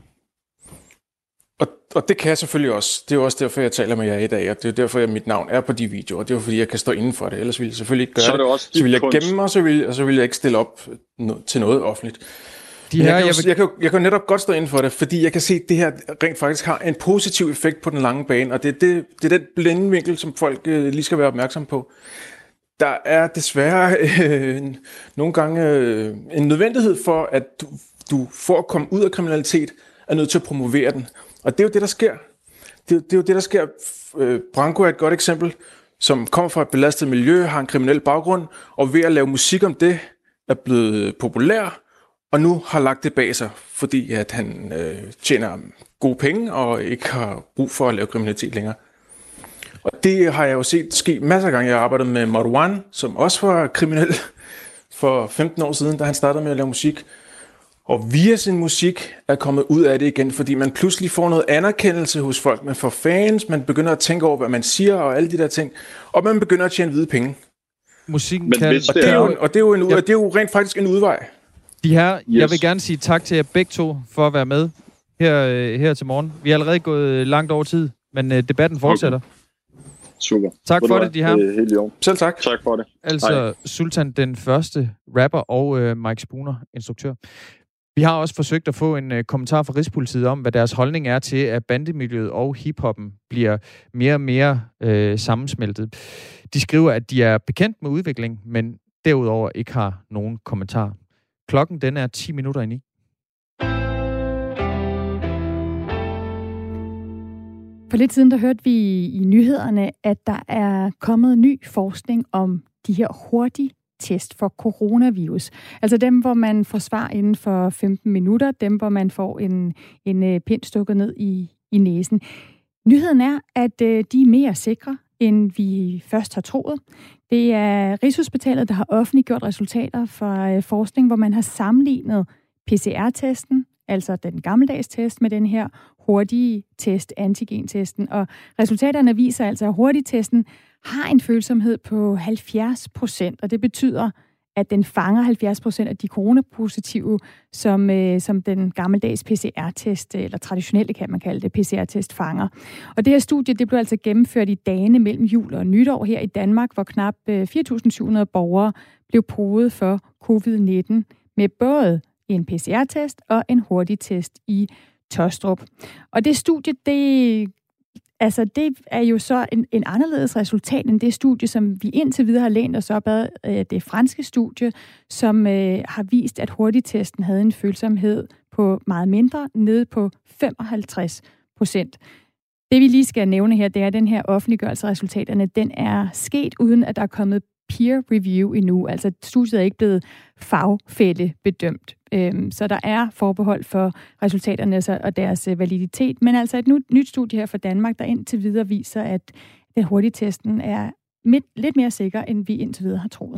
Og, og det kan jeg selvfølgelig også. Det er jo også derfor, jeg taler med jer i dag, og det er derfor, at mit navn er på de videoer. Det er jo fordi, jeg kan stå inden for det. Ellers ville jeg selvfølgelig ikke gøre så det. det. Så vil jeg gemme mig, så vil, og så vil jeg ikke stille op no- til noget offentligt. De her, jeg, kan jo, jeg, vil... jeg, kan jo, jeg kan jo netop godt stå inden for det, fordi jeg kan se, at det her rent faktisk har en positiv effekt på den lange bane, og det er, det, det er den blindvinkel, som folk øh, lige skal være opmærksom på. Der er desværre øh, nogle gange øh, en nødvendighed for, at du, du for at komme ud af kriminalitet, er nødt til at promovere den. Og det er jo det, der sker. Det er, det er jo det, der sker. Branko er et godt eksempel, som kommer fra et belastet miljø, har en kriminel baggrund, og ved at lave musik om det, er blevet populær, og nu har lagt det bag sig, fordi at han øh, tjener gode penge, og ikke har brug for at lave kriminalitet længere. Og det har jeg jo set ske masser af gange. Jeg har arbejdet med Marwan, som også var kriminel for femten år siden, da han startede med at lave musik. Og via sin musik er kommet ud af det igen, fordi man pludselig får noget anerkendelse hos folk. Man får fans, man begynder at tænke over, hvad man siger og alle de der ting. Og man begynder at tjene hvide penge. Musikken Men kan... Og det, er jo, og det er jo, en, ja. det er jo rent faktisk en udvej. De her, yes. Jeg vil gerne sige tak til jer begge to for at være med her, her til morgen. Vi er allerede gået langt over tid, men uh, debatten fortsætter. Okay. Super. Tak for det, de her. Det helt i orden. Selv tak. Tak for det. Altså Hej. Sultan, den første rapper, og uh, Mike Spooner, instruktør. Vi har også forsøgt at få en uh, kommentar fra Rigspolitiet om, hvad deres holdning er til, at bandemiljøet og hiphoppen bliver mere og mere uh, sammensmeltet. De skriver, at de er bekendt med udvikling, men derudover ikke har nogen kommentar. Klokken den er ti minutter i ni. For lidt siden der hørte vi i nyhederne, at der er kommet ny forskning om de her hurtige test for coronavirus. Altså dem, hvor man får svar inden for femten minutter, dem, hvor man får en, en pind stukket ned i, i næsen. Nyheden er, at de er mere sikre, end vi først har troet. Det er Rigshospitalet, der har offentliggjort resultater fra forskning, hvor man har sammenlignet P C R-testen, altså den gammeldags test, med den her hurtige test, antigentesten. Og resultaterne viser altså, at hurtigtesten har en følsomhed på halvfjerds procent, og det betyder, at den fanger halvfjerds procent af de coronapositive, som, øh, som den gammeldags P C R-test, eller traditionelle kan man kalde det, P C R-test fanger. Og det her studie, det blev altså gennemført i dagene mellem jul og nytår her i Danmark, hvor knap øh, fire tusind syv hundrede borgere blev provet for covid nitten med både en P C R-test og en hurtigtest i Taastrup. Og det studie, det, altså det er jo så en, en anderledes resultat end det studie, som vi indtil videre har lænt os op ad, øh, det franske studie, som øh, har vist, at hurtigtesten havde en følsomhed på meget mindre, nede på femoghalvtreds procent. Det vi lige skal nævne her, det er, at den her offentliggørelse af resultaterne, den er sket uden, at der er kommet peer review endnu. Altså studiet er ikke blevet fagfælle bedømt. Øhm, så der er forbehold for resultaterne og deres validitet. Men altså et nyt studie her fra Danmark, der indtil videre viser, at den hurtigtesten er midt, lidt mere sikker, end vi indtil videre har troet.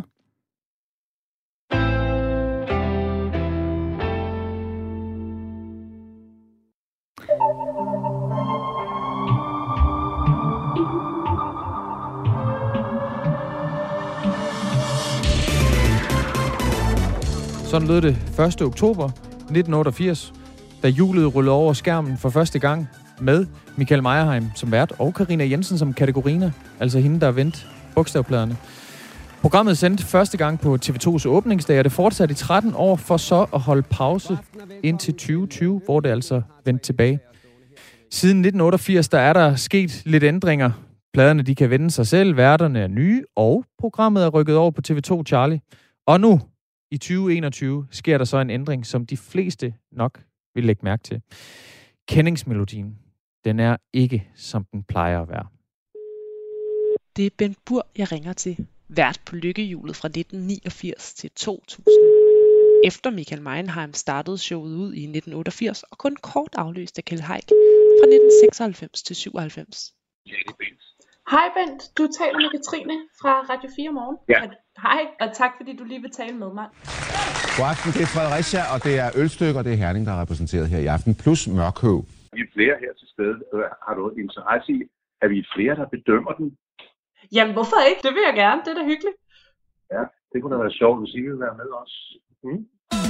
Sådan lød det første oktober nitten otteogfirs, da hjulet rullede over skærmen for første gang med Michael Meyerheim som vært og Karina Jensen som kategoriner, altså hende, der vendte bogstavpladerne. Programmet sendte første gang på T V to's åbningsdag, og det fortsatte i tretten år for så at holde pause indtil tyve tyve, hvor det altså vendte tilbage. Siden nitten otteogfirs, der er der sket lidt ændringer. Pladerne, de kan vende sig selv, værterne er nye, og programmet er rykket over på T V to Charlie. Og nu, i tyve enogtyve, sker der så en ændring, som de fleste nok vil lægge mærke til. Kendingsmelodien, den er ikke, som den plejer at være. Det er Ben Burr, jeg ringer til. Vært på lykkehjulet fra nitten niogfirs til to tusind. Efter Michael Meyerheim startede showet ud i nitten otteogfirs, og kun kort afløst af Kjeld Haik fra nitten seksoghalvfems til syvoghalvfems. Hej Bent, du taler med Katrine fra Radio fire Morgen. Ja. Hej, og tak fordi du lige vil tale med mig. God aften, det er Fredericia, og det er Ølstykke, og det er Herning, der er repræsenteret her i aften, plus Mørkøv. Vi er flere her til stede. Har du interesse i, at vi er flere, der bedømmer den? Jamen, hvorfor ikke? Det vil jeg gerne. Det er da hyggeligt. Ja, det kunne da være sjovt, hvis I ville være med os. Mm?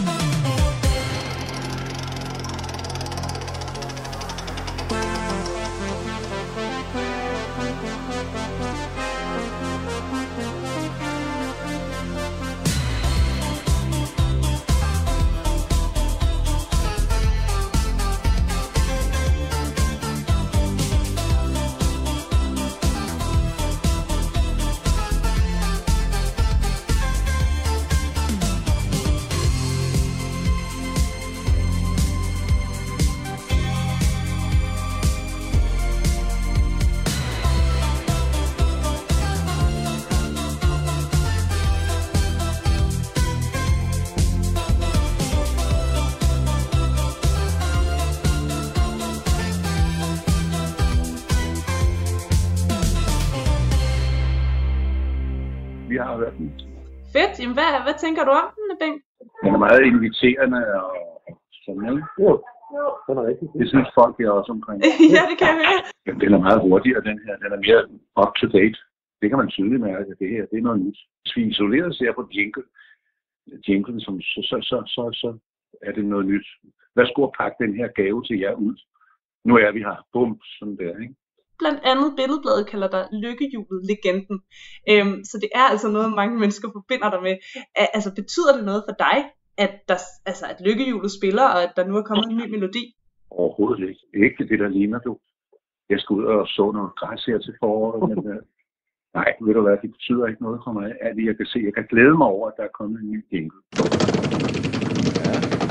Vi har hørt den. Fedt. Jamen, hvad, hvad tænker du om den, Bengt? Den er meget inviterende og sådan noget. Jo, den er rigtig. Det synes folk er også omkring. Ja, det kan jeg høre. Den er meget hurtigere, den her. Den er mere up-to-date. Det kan man tydeligt mærke, at det her det er noget nyt. Hvis vi isoleret ser på jingle, jinglen, som, så, så, så, så, så er det noget nyt. Værsgo at pakke den her gave til jer ud. Nu er vi her. Bum, sådan der, ikke? Blandt andet Billedbladet kalder dig lykkehjulet legenden. Øhm, så det er altså noget, mange mennesker forbinder dig med. Altså, betyder det noget for dig, at, der, altså, at lykkehjulet spiller, og at der nu er kommet en ny melodi? Overhovedet ikke. Ikke det, der ligner du. Jeg skal ud og så noget græs her til foråret, men uh, nej, ved du hvad, det betyder ikke noget for mig. At jeg kan se, jeg kan glæde mig over, at der er kommet en ny jingle. Ja.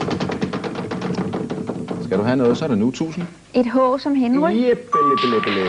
Skal du have noget, så er det nu tusind. Et H som Henry. Jeppelebelebele.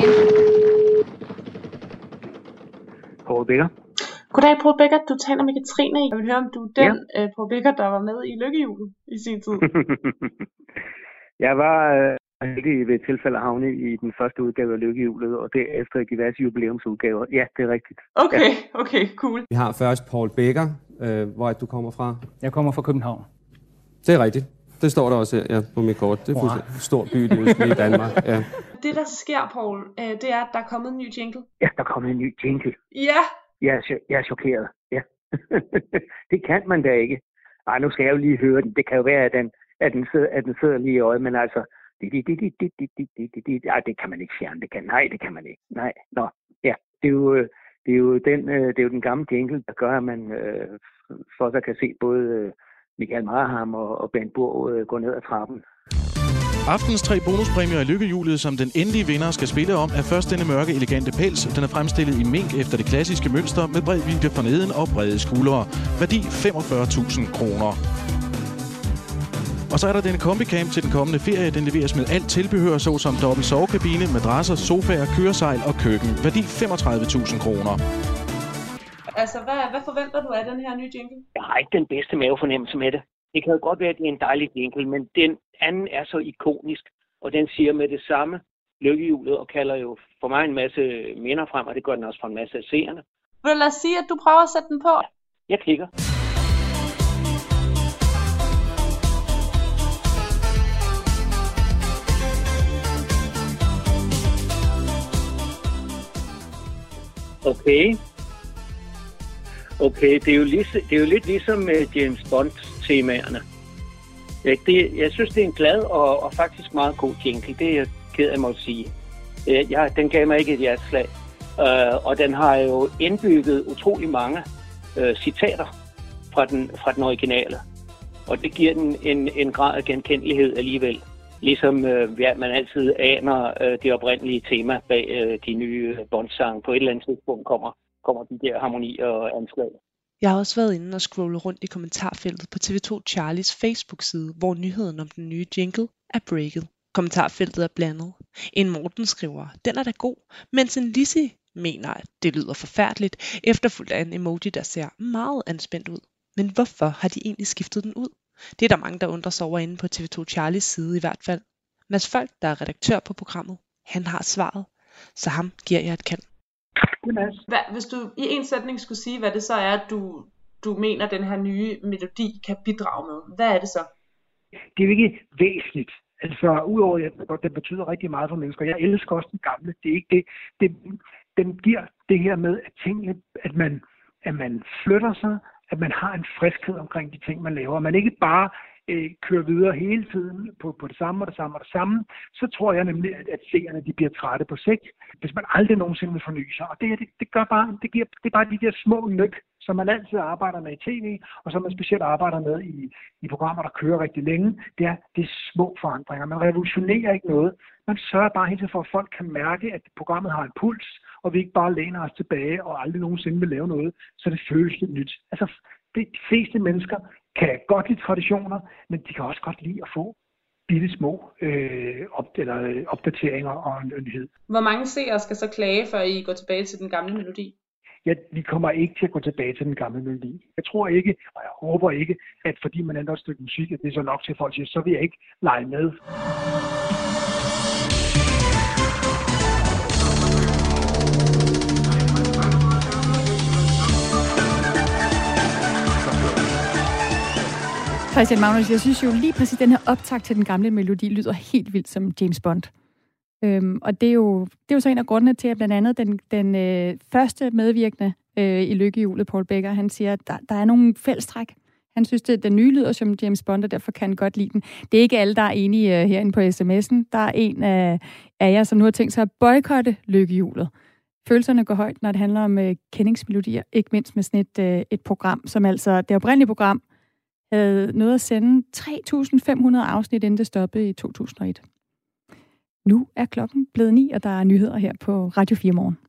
Poul Becker. Goddag, Poul Becker. Du taler med Katrine. Jeg vil høre, om du er den ja. uh, Poul Becker, der var med i lykkehjulet i sin tid. Jeg var øh, heldig ved et tilfælde at havne i den første udgave af lykkehjulet, og derefter diverse jubilæumsudgaver. Ja, det er rigtigt. Okay, ja. okay, cool. Vi har først Poul Becker. Øh, hvor er du kommer fra? Jeg kommer fra København. Det er rigtigt. Det står der også her ja, på mit kort. Det er fuldstændig wow. Stor by i Danmark. Ja. Det, der sker, Poul, øh, det er, at der er kommet en ny jingle. Ja, der er kommet en ny jingle. Ja! Jeg er, jeg er chokeret, ja. Det kan man da ikke. Ej, nu skal jeg jo lige høre den. Det kan jo være, at den, at den, sidder, at den sidder lige i øjet, men altså... Ej, det kan man ikke fjerne. Det kan, nej, det kan man ikke. Nej, nå, ja. Det er jo, det er jo, den, det er jo den gamle jingle, der gør, at man øh, for sig kan se både Michael Marham og, og Ben Burg øh, gå ned ad trappen. Aftens tre bonuspræmier i lykkehjulet, som den endelige vinder skal spille om, er først denne mørke, elegante pels. Den er fremstillet i mink efter det klassiske mønster med bred vidde for neden og brede skuldre. Værdi femogfyrre tusind kroner. Og så er der denne kombicamp til den kommende ferie. Den leveres med alt tilbehør, såsom dobbelt sovekabine, madrasser, sofaer, køresejl og køkken. Værdi femogtredive tusind kroner. Altså, hvad, hvad forventer du af den her nye jingle? Jeg har ikke den bedste mavefornemmelse med det. Det kan jo godt være, at det er en dejlig jingle, men den anden er så ikonisk, og den siger med det samme lykkehjulet, og kalder jo for mig en masse minder frem, og det gør den også for en masse af seerne. Vil du lade os sige, at du prøver at sætte den på? Jeg klikker. Okay. Okay, det er jo, lige, det er jo lidt ligesom med James Bond-temaerne. Det, jeg synes, det er en glad og, og faktisk meget god jingle. Det er jeg ked af at sige. Jeg, den gav mig ikke et hjerteslag. Uh, og den har jo indbygget utrolig mange uh, citater fra den, fra den originale. Og det giver den en, en grad af genkendelighed alligevel. Ligesom uh, ja, man altid aner uh, det oprindelige tema bag uh, de nye Bond-sange. På et eller andet tidspunkt kommer, kommer de der harmonier og anslag. Jeg har også været inde og scrolle rundt i kommentarfeltet på T V to Charlies Facebook-side, hvor nyheden om den nye jingle er breaket. Kommentarfeltet er blandet. En Morten skriver, den er da god, mens en Lizzie mener, at det lyder forfærdeligt, efterfulgt af en emoji, der ser meget anspændt ud. Men hvorfor har de egentlig skiftet den ud? Det er der mange, der undrer sig over inde på T V to Charlies side i hvert fald. Mads Folk, der er redaktør på programmet, han har svaret, så ham giver jeg et kald. Hvad, hvis du i en sætning skulle sige, hvad det så er, du, du mener, den her nye melodi kan bidrage med, hvad er det så? Det er jo ikke væsentligt. Altså, udover at det betyder rigtig meget for mennesker. Jeg elsker også den gamle. Det er ikke det. det den giver det her med, at, tingene, at, man, at man flytter sig, at man har en friskhed omkring de ting, man laver. Man ikke bare øh, kører videre hele tiden på, på det samme og det samme og det samme. Så tror jeg nemlig, at, at seerne de bliver trætte på sigt, hvis man aldrig nogensinde vil forny sig. Og det, det, det gør bare, det, giver, det er bare de der små nyk, som man altid arbejder med i tv, og som man specielt arbejder med i, i programmer, der kører rigtig længe. Det er, det er små forandringer. Man revolutionerer ikke noget. Man sørger bare hele tiden for, at folk kan mærke, at programmet har en puls, og vi ikke bare læner os tilbage og aldrig nogensinde vil lave noget, så det føles lidt nyt. Altså, de fleste mennesker kan godt lide traditioner, men de kan også godt lide at få bitte små øh, op, eller, øh, opdateringer og en nyhed. Hvor mange seere skal så klage, før I går tilbage til den gamle melodi? Ja, vi kommer ikke til at gå tilbage til den gamle melodi. Jeg tror ikke, og jeg håber ikke, at fordi man ændrer et stykke musik, at det er så nok til, at folk siger, så vil jeg ikke lege med. Christian Magnus, jeg synes jo lige præcis, den her optakt til den gamle melodi lyder helt vildt som James Bond. Øhm, og det er, jo, det er jo så en af grundene til, at blandt andet den, den øh, første medvirkende øh, i lykkehjulet, Paul Becker. Han siger, at der, der er nogle fællestræk. Han synes, at den nye lyder som James Bond, og derfor kan han godt lide den. Det er ikke alle, der er enige uh, herinde på sms'en. Der er en af, af jer, som nu har tænkt sig at boykotte lykkehjulet. Følelserne går højt, når det handler om uh, kendingsmelodier, ikke mindst med sådan et, uh, et program, som altså, det oprindelige program, havde nået at sende tre tusind fem hundrede afsnit, inden det stoppede i to tusind og et. Nu er klokken blevet ni, og der er nyheder her på Radio fire Morgen.